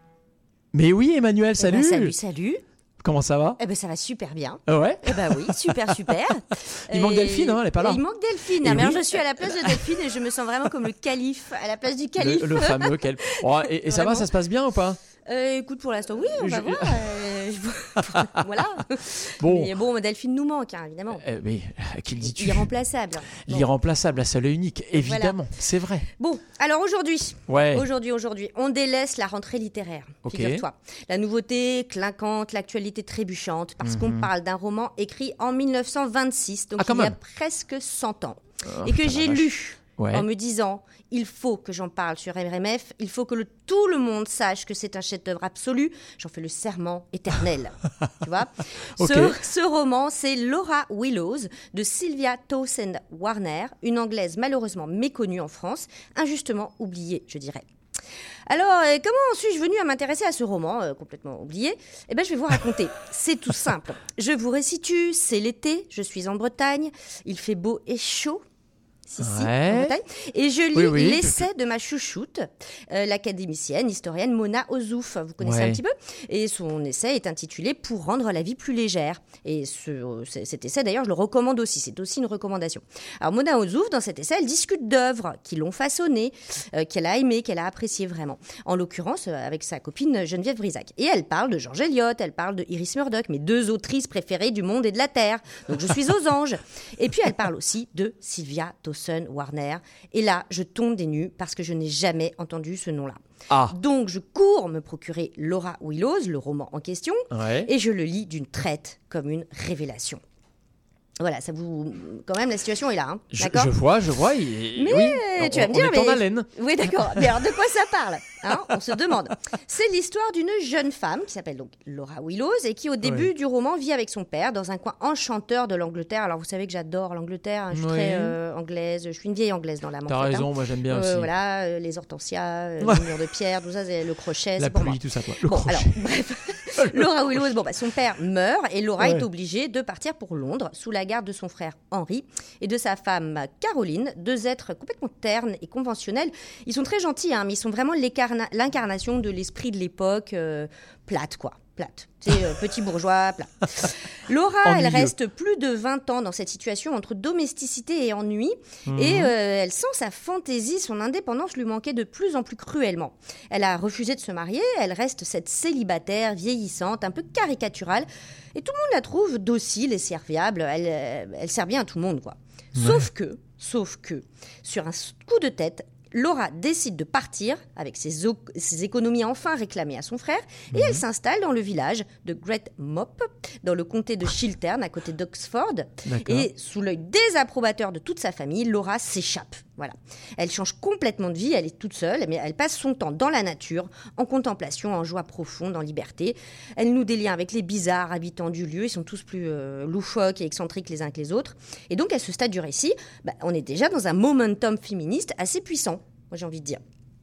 Mais oui, Emmanuel, salut. Eh ben, salut, salut. Comment ça va ? Eh ben ça va super bien. Ah ouais ? Eh ben oui, super, super. Il manque Delphine, hein, elle est pas là. Il manque Delphine. Et Mais oui. alors, je suis à la place de Delphine et je me sens vraiment comme le calife, à la place du calife. Le, le fameux quel. Oh, et, et ça va, ça se passe bien ou pas ? Euh, écoute, pour l'instant, oui, on va Je- voir. euh, je- voilà. Bon. Mais bon, Delphine nous manque, hein, évidemment. Euh, mais euh, qui le dis-tu ? Irremplaçable. Bon. L'irremplaçable, la seule et unique, évidemment, c'est vrai. Bon, alors aujourd'hui, Ouais. aujourd'hui, aujourd'hui, on délaisse la rentrée littéraire, Ok. figure-toi. La nouveauté clinquante, l'actualité trébuchante, parce qu'on Mhm. parle d'un roman écrit en mille neuf cent vingt-six, donc Ah, quand il y a même. presque cent ans, Oh, et que putain, j'ai la vache. lu Ouais. en me disant, il faut que j'en parle sur R M F, il faut que le- tout le monde sache que c'est un chef-d'œuvre absolu, j'en fais le serment éternel, tu vois. Ok. Ce, ce roman, c'est Laura Willows de Sylvia Townsend Warner, une Anglaise malheureusement méconnue en France, injustement oubliée, je dirais. Alors, euh, comment suis-je venue à m'intéresser à ce roman, euh, complètement oublié ? Eh ben, je vais vous raconter. C'est tout simple. Je vous resitue, c'est l'été, je suis en Bretagne, il fait beau et chaud. Si, si, Ouais. en Bretagne. Et je lis Oui, oui. l'essai de ma chouchoute, euh, l'académicienne, historienne Mona Ozouf. Vous connaissez Ouais. un petit peu ? Et son essai est intitulé « Pour rendre la vie plus légère ». Et ce, c- cet essai, d'ailleurs, je le recommande aussi. C'est aussi une recommandation. Alors, Mona Ozouf, dans cet essai, elle discute d'œuvres qui l'ont façonnée, euh, qu'elle a aimées, qu'elle a appréciées vraiment. En l'occurrence, euh, avec sa copine Geneviève Brisac. Et elle parle de George Eliot, elle parle de Iris Murdoch, mes deux autrices préférées du monde et de la Terre. Donc, je suis aux anges. Et puis, elle parle aussi de Sylvia Townsend Warner. Et là, je tombe des nues parce que je n'ai jamais entendu ce nom-là. Ah. Donc, je cours me procurer Laura Willows, le roman en question, Ouais. et je le lis d'une traite comme une révélation. Voilà, ça vous... Quand même, la situation est là, hein, Je, d'accord ? je vois, je vois. il- Mais oui, tu vas on- me dire, on est en mais... haleine. Oui, d'accord. Mais alors, de quoi ça parle, hein ? On se demande. C'est l'histoire d'une jeune femme qui s'appelle donc Laura Willows et qui, au début Ouais. du roman, vit avec son père dans un coin enchanteur de l'Angleterre. Alors, vous savez que j'adore l'Angleterre. hein, Je suis Oui. très euh, anglaise. Je suis une vieille anglaise dans l'âme. en T'as fait, raison, hein. moi j'aime bien Euh, aussi. Voilà, euh, les hortensias, euh, Ouais. les murs de pierre, tout ça, c'est le crochet. La c'est pour pluie, moi. tout ça, quoi. Le Bon, crochet. alors, bref. Laura Willows, bon, bah, son père meurt et Laura Ouais. est obligée de partir pour Londres sous la garde de son frère Henry et de sa femme Caroline, deux êtres complètement ternes et conventionnels. Ils sont très gentils, hein, mais ils sont vraiment l'écarna- l'incarnation de l'esprit de l'époque, euh, plate, quoi. Plate. C'est euh, petit bourgeois, plat. Laura, elle Ennuyeux. reste plus de vingt ans dans cette situation entre domesticité et ennui. Mhm. Et euh, elle sent sa fantaisie, son indépendance lui manquer de plus en plus cruellement. Elle a refusé de se marier, elle reste cette célibataire vieillissante, un peu caricaturale. Et tout le monde la trouve docile et serviable. Elle, euh, elle sert bien à tout le monde, quoi. Sauf que, sauf que, sur un coup de tête, Laura décide de partir avec ses, o- ses économies enfin réclamées à son frère et elle s'installe dans le village de Great Mop, dans le comté de Chiltern, à côté d'Oxford. D'accord. Et sous l'œil désapprobateur de toute sa famille, Laura s'échappe. Voilà. Elle change complètement de vie, elle est toute seule, mais elle passe son temps dans la nature, en contemplation, en joie profonde, en liberté. Elle noue des liens avec les bizarres habitants du lieu, ils sont tous plus euh, loufoques et excentriques les uns que les autres. Et donc, à ce stade du récit, bah, on est déjà dans un momentum féministe assez puissant, moi j'ai envie de dire.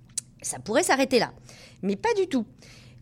Ça pourrait s'arrêter là, mais pas du tout.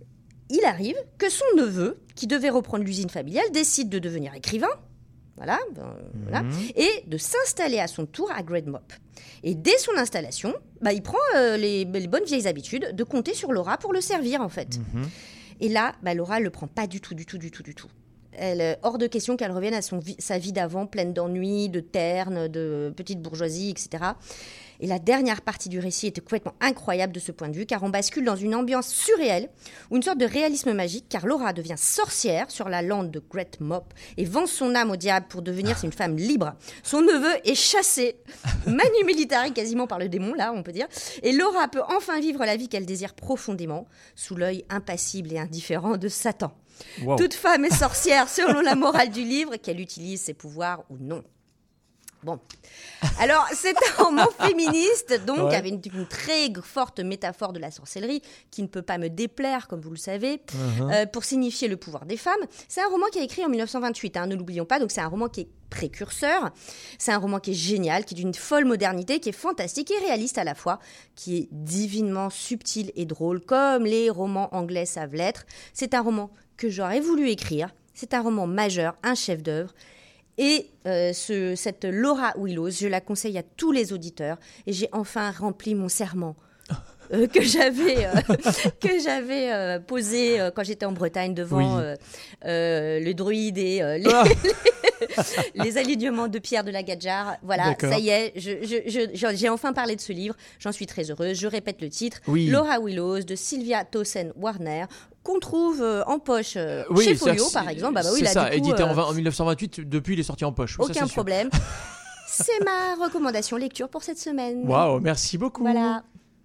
Il arrive que son neveu, qui devait reprendre l'usine familiale, décide de devenir écrivain. Voilà, ben, voilà, et de s'installer à son tour à Great Mop. Et dès son installation, bah, il prend euh, les, les bonnes vieilles habitudes de compter sur Laura pour le servir, en fait. Mhm. Et là, bah, Laura ne le prend pas du tout, du tout, du tout, du tout. Elle, euh, hors de question qu'elle revienne à son vi- sa vie d'avant, pleine d'ennuis, de ternes, de petite bourgeoisie, et cetera. Et la dernière partie du récit était complètement incroyable de ce point de vue, car on bascule dans une ambiance surréelle, ou une sorte de réalisme magique, car Laura devient sorcière sur la lande de Great Mop et vend son âme au diable pour devenir une femme libre. Son neveu est chassé, manu militari quasiment par le démon, là, on peut dire. Et Laura peut enfin vivre la vie qu'elle désire profondément, sous l'œil impassible et indifférent de Satan. Wow. Toute femme est sorcière selon la morale du livre, qu'elle utilise ses pouvoirs ou non. Bon, alors c'est un roman féministe, donc ouais. avec une, une très forte métaphore de la sorcellerie, qui ne peut pas me déplaire, comme vous le savez, uh-huh. euh, pour signifier le pouvoir des femmes. C'est un roman qui est écrit en dix-neuf cent vingt-huit, hein, ne l'oublions pas, donc c'est un roman qui est précurseur, c'est un roman qui est génial, qui est d'une folle modernité, qui est fantastique et réaliste à la fois, qui est divinement subtil et drôle, comme les romans anglais savent l'être. C'est un roman que j'aurais voulu écrire, c'est un roman majeur, un chef-d'œuvre. Et euh, ce, cette Laura Willows, je la conseille à tous les auditeurs. Et j'ai enfin rempli mon serment euh, que j'avais, euh, que j'avais euh, posé euh, quand j'étais en Bretagne devant oui. euh, euh, le druide et euh, les, ah. les, les alignements de Pierre de la Gadjar. Voilà, D'accord. ça y est, je, je, je, j'ai enfin parlé de ce livre. J'en suis très heureuse. Je répète le titre. Oui. Laura Willows de Sylvia Towson Warner, qu'on trouve euh, en poche euh, oui, chez Folio, par exemple. Bah, bah, oui, c'est là, ça, du coup, édité euh, en, en dix-neuf cent vingt-huit, depuis il est sorti en poche. Oui, aucun ça, c'est problème. C'est ma recommandation lecture pour cette semaine. Waouh, merci beaucoup. Voilà.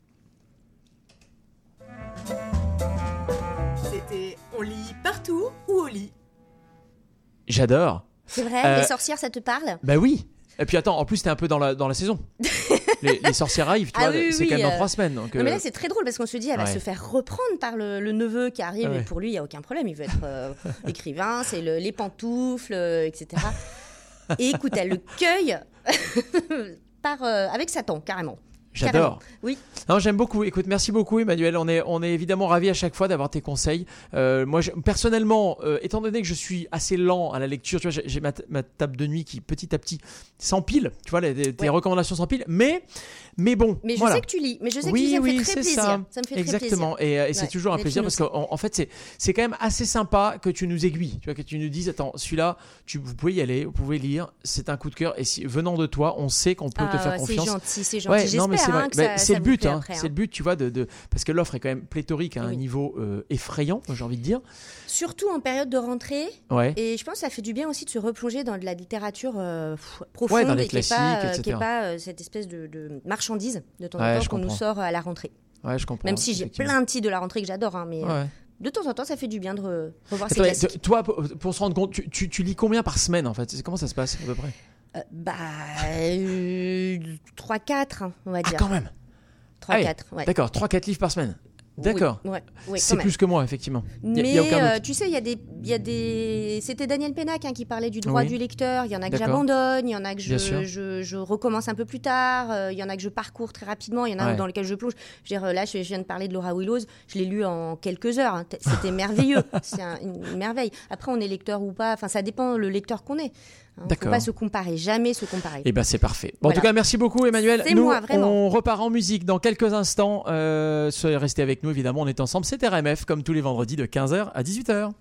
C'était On lit partout ou au lit. J'adore. C'est vrai, euh, les sorcières, ça te parle ? Bah oui. Et puis attends, en plus, t'es un peu dans la, dans la saison. les, les sorcières arrivent, tu ah vois, oui, c'est oui, quand même euh... dans trois semaines. Donc, non, euh... mais là, c'est très drôle parce qu'on se dit, elle va ouais. se faire reprendre par le, le neveu qui arrive. Ouais. Et pour lui, il n'y a aucun problème. Il veut être euh, écrivain, c'est le, les pantoufles, euh, et cetera. Et écoute, elle le cueille par, euh, avec Satan, carrément. J'adore. Carrément. Oui. Non, j'aime beaucoup. Écoute, merci beaucoup, Emmanuel. On est, on est évidemment ravis à chaque fois d'avoir tes conseils. Euh, moi, je, personnellement, euh, étant donné que je suis assez lent à la lecture, tu vois, j'ai, j'ai ma, ma table de nuit qui petit à petit s'empile. Tu vois, les, tes ouais. recommandations s'empilent. Mais, mais bon. Mais je voilà. sais que tu lis. Mais je sais oui, que ça me oui, fait très plaisir. Ça. ça me fait Exactement. très plaisir. Et, et c'est ouais. toujours un plaisir parce qu'en en fait, c'est, c'est quand même assez sympa que tu nous aiguilles. Tu vois, que tu nous dises, attends, celui-là, tu, vous pouvez y aller, vous pouvez lire. C'est un coup de cœur. Et si, venant de toi, on sait qu'on peut ah, te faire confiance. C'est gentil, c'est gentil. Ouais, J'espère non, mais c'est vrai. Hein, que bah, ça, c'est ça le but, hein. Après, hein. C'est le but, tu vois, de, de parce que l'offre est quand même pléthorique à un oui. niveau euh, effrayant, j'ai envie de dire. Surtout en période de rentrée. Ouais. Et je pense que ça fait du bien aussi de se replonger dans de la littérature euh, profonde ouais, dans les et qui n'est pas, euh, qui est pas euh, cette espèce de, de marchandise de temps en ouais, temps qu'on comprends. nous sort à la rentrée. Ouais, je comprends. Même si j'ai plein de titres de la rentrée que j'adore, hein, mais ouais. euh, de temps en temps, ça fait du bien de re- revoir ces Attends, classiques. Toi, pour, pour se rendre compte, tu, tu, tu lis combien par semaine en fait ? Comment ça se passe à peu près ? euh, Bah, euh, trois quatre, on va dire. Ah, quand même. trois quatre, ouais. D'accord, trois quatre livres par semaine. D'accord. Oui, ouais, ouais, c'est plus que moi, effectivement. Mais y a, y a aucun euh, tu sais, il y a des, il y a des. C'était Daniel Pénac hein, qui parlait du droit oui. du lecteur. Il y en a que D'accord. j'abandonne, il y en a que je, je, je, je recommence un peu plus tard. Euh, il y en a que je parcours très rapidement. Il y en a ouais. dans lesquels je plonge. Je veux dire, là, je viens de parler de Laura Willows. Je l'ai lu en quelques heures. Hein. C'était merveilleux. C'est un, une merveille. Après, on est lecteur ou pas. Enfin, ça dépend le lecteur qu'on est. Il ne faut pas se comparer, jamais se comparer. Eh ben c'est parfait. Bon, voilà. En tout cas, merci beaucoup Emmanuel. C'est nous, moi, vraiment. On repart en musique dans quelques instants. Euh, soyez restés avec nous, évidemment, on est ensemble. C'est R M F, comme tous les vendredis de quinze heures à dix-huit heures.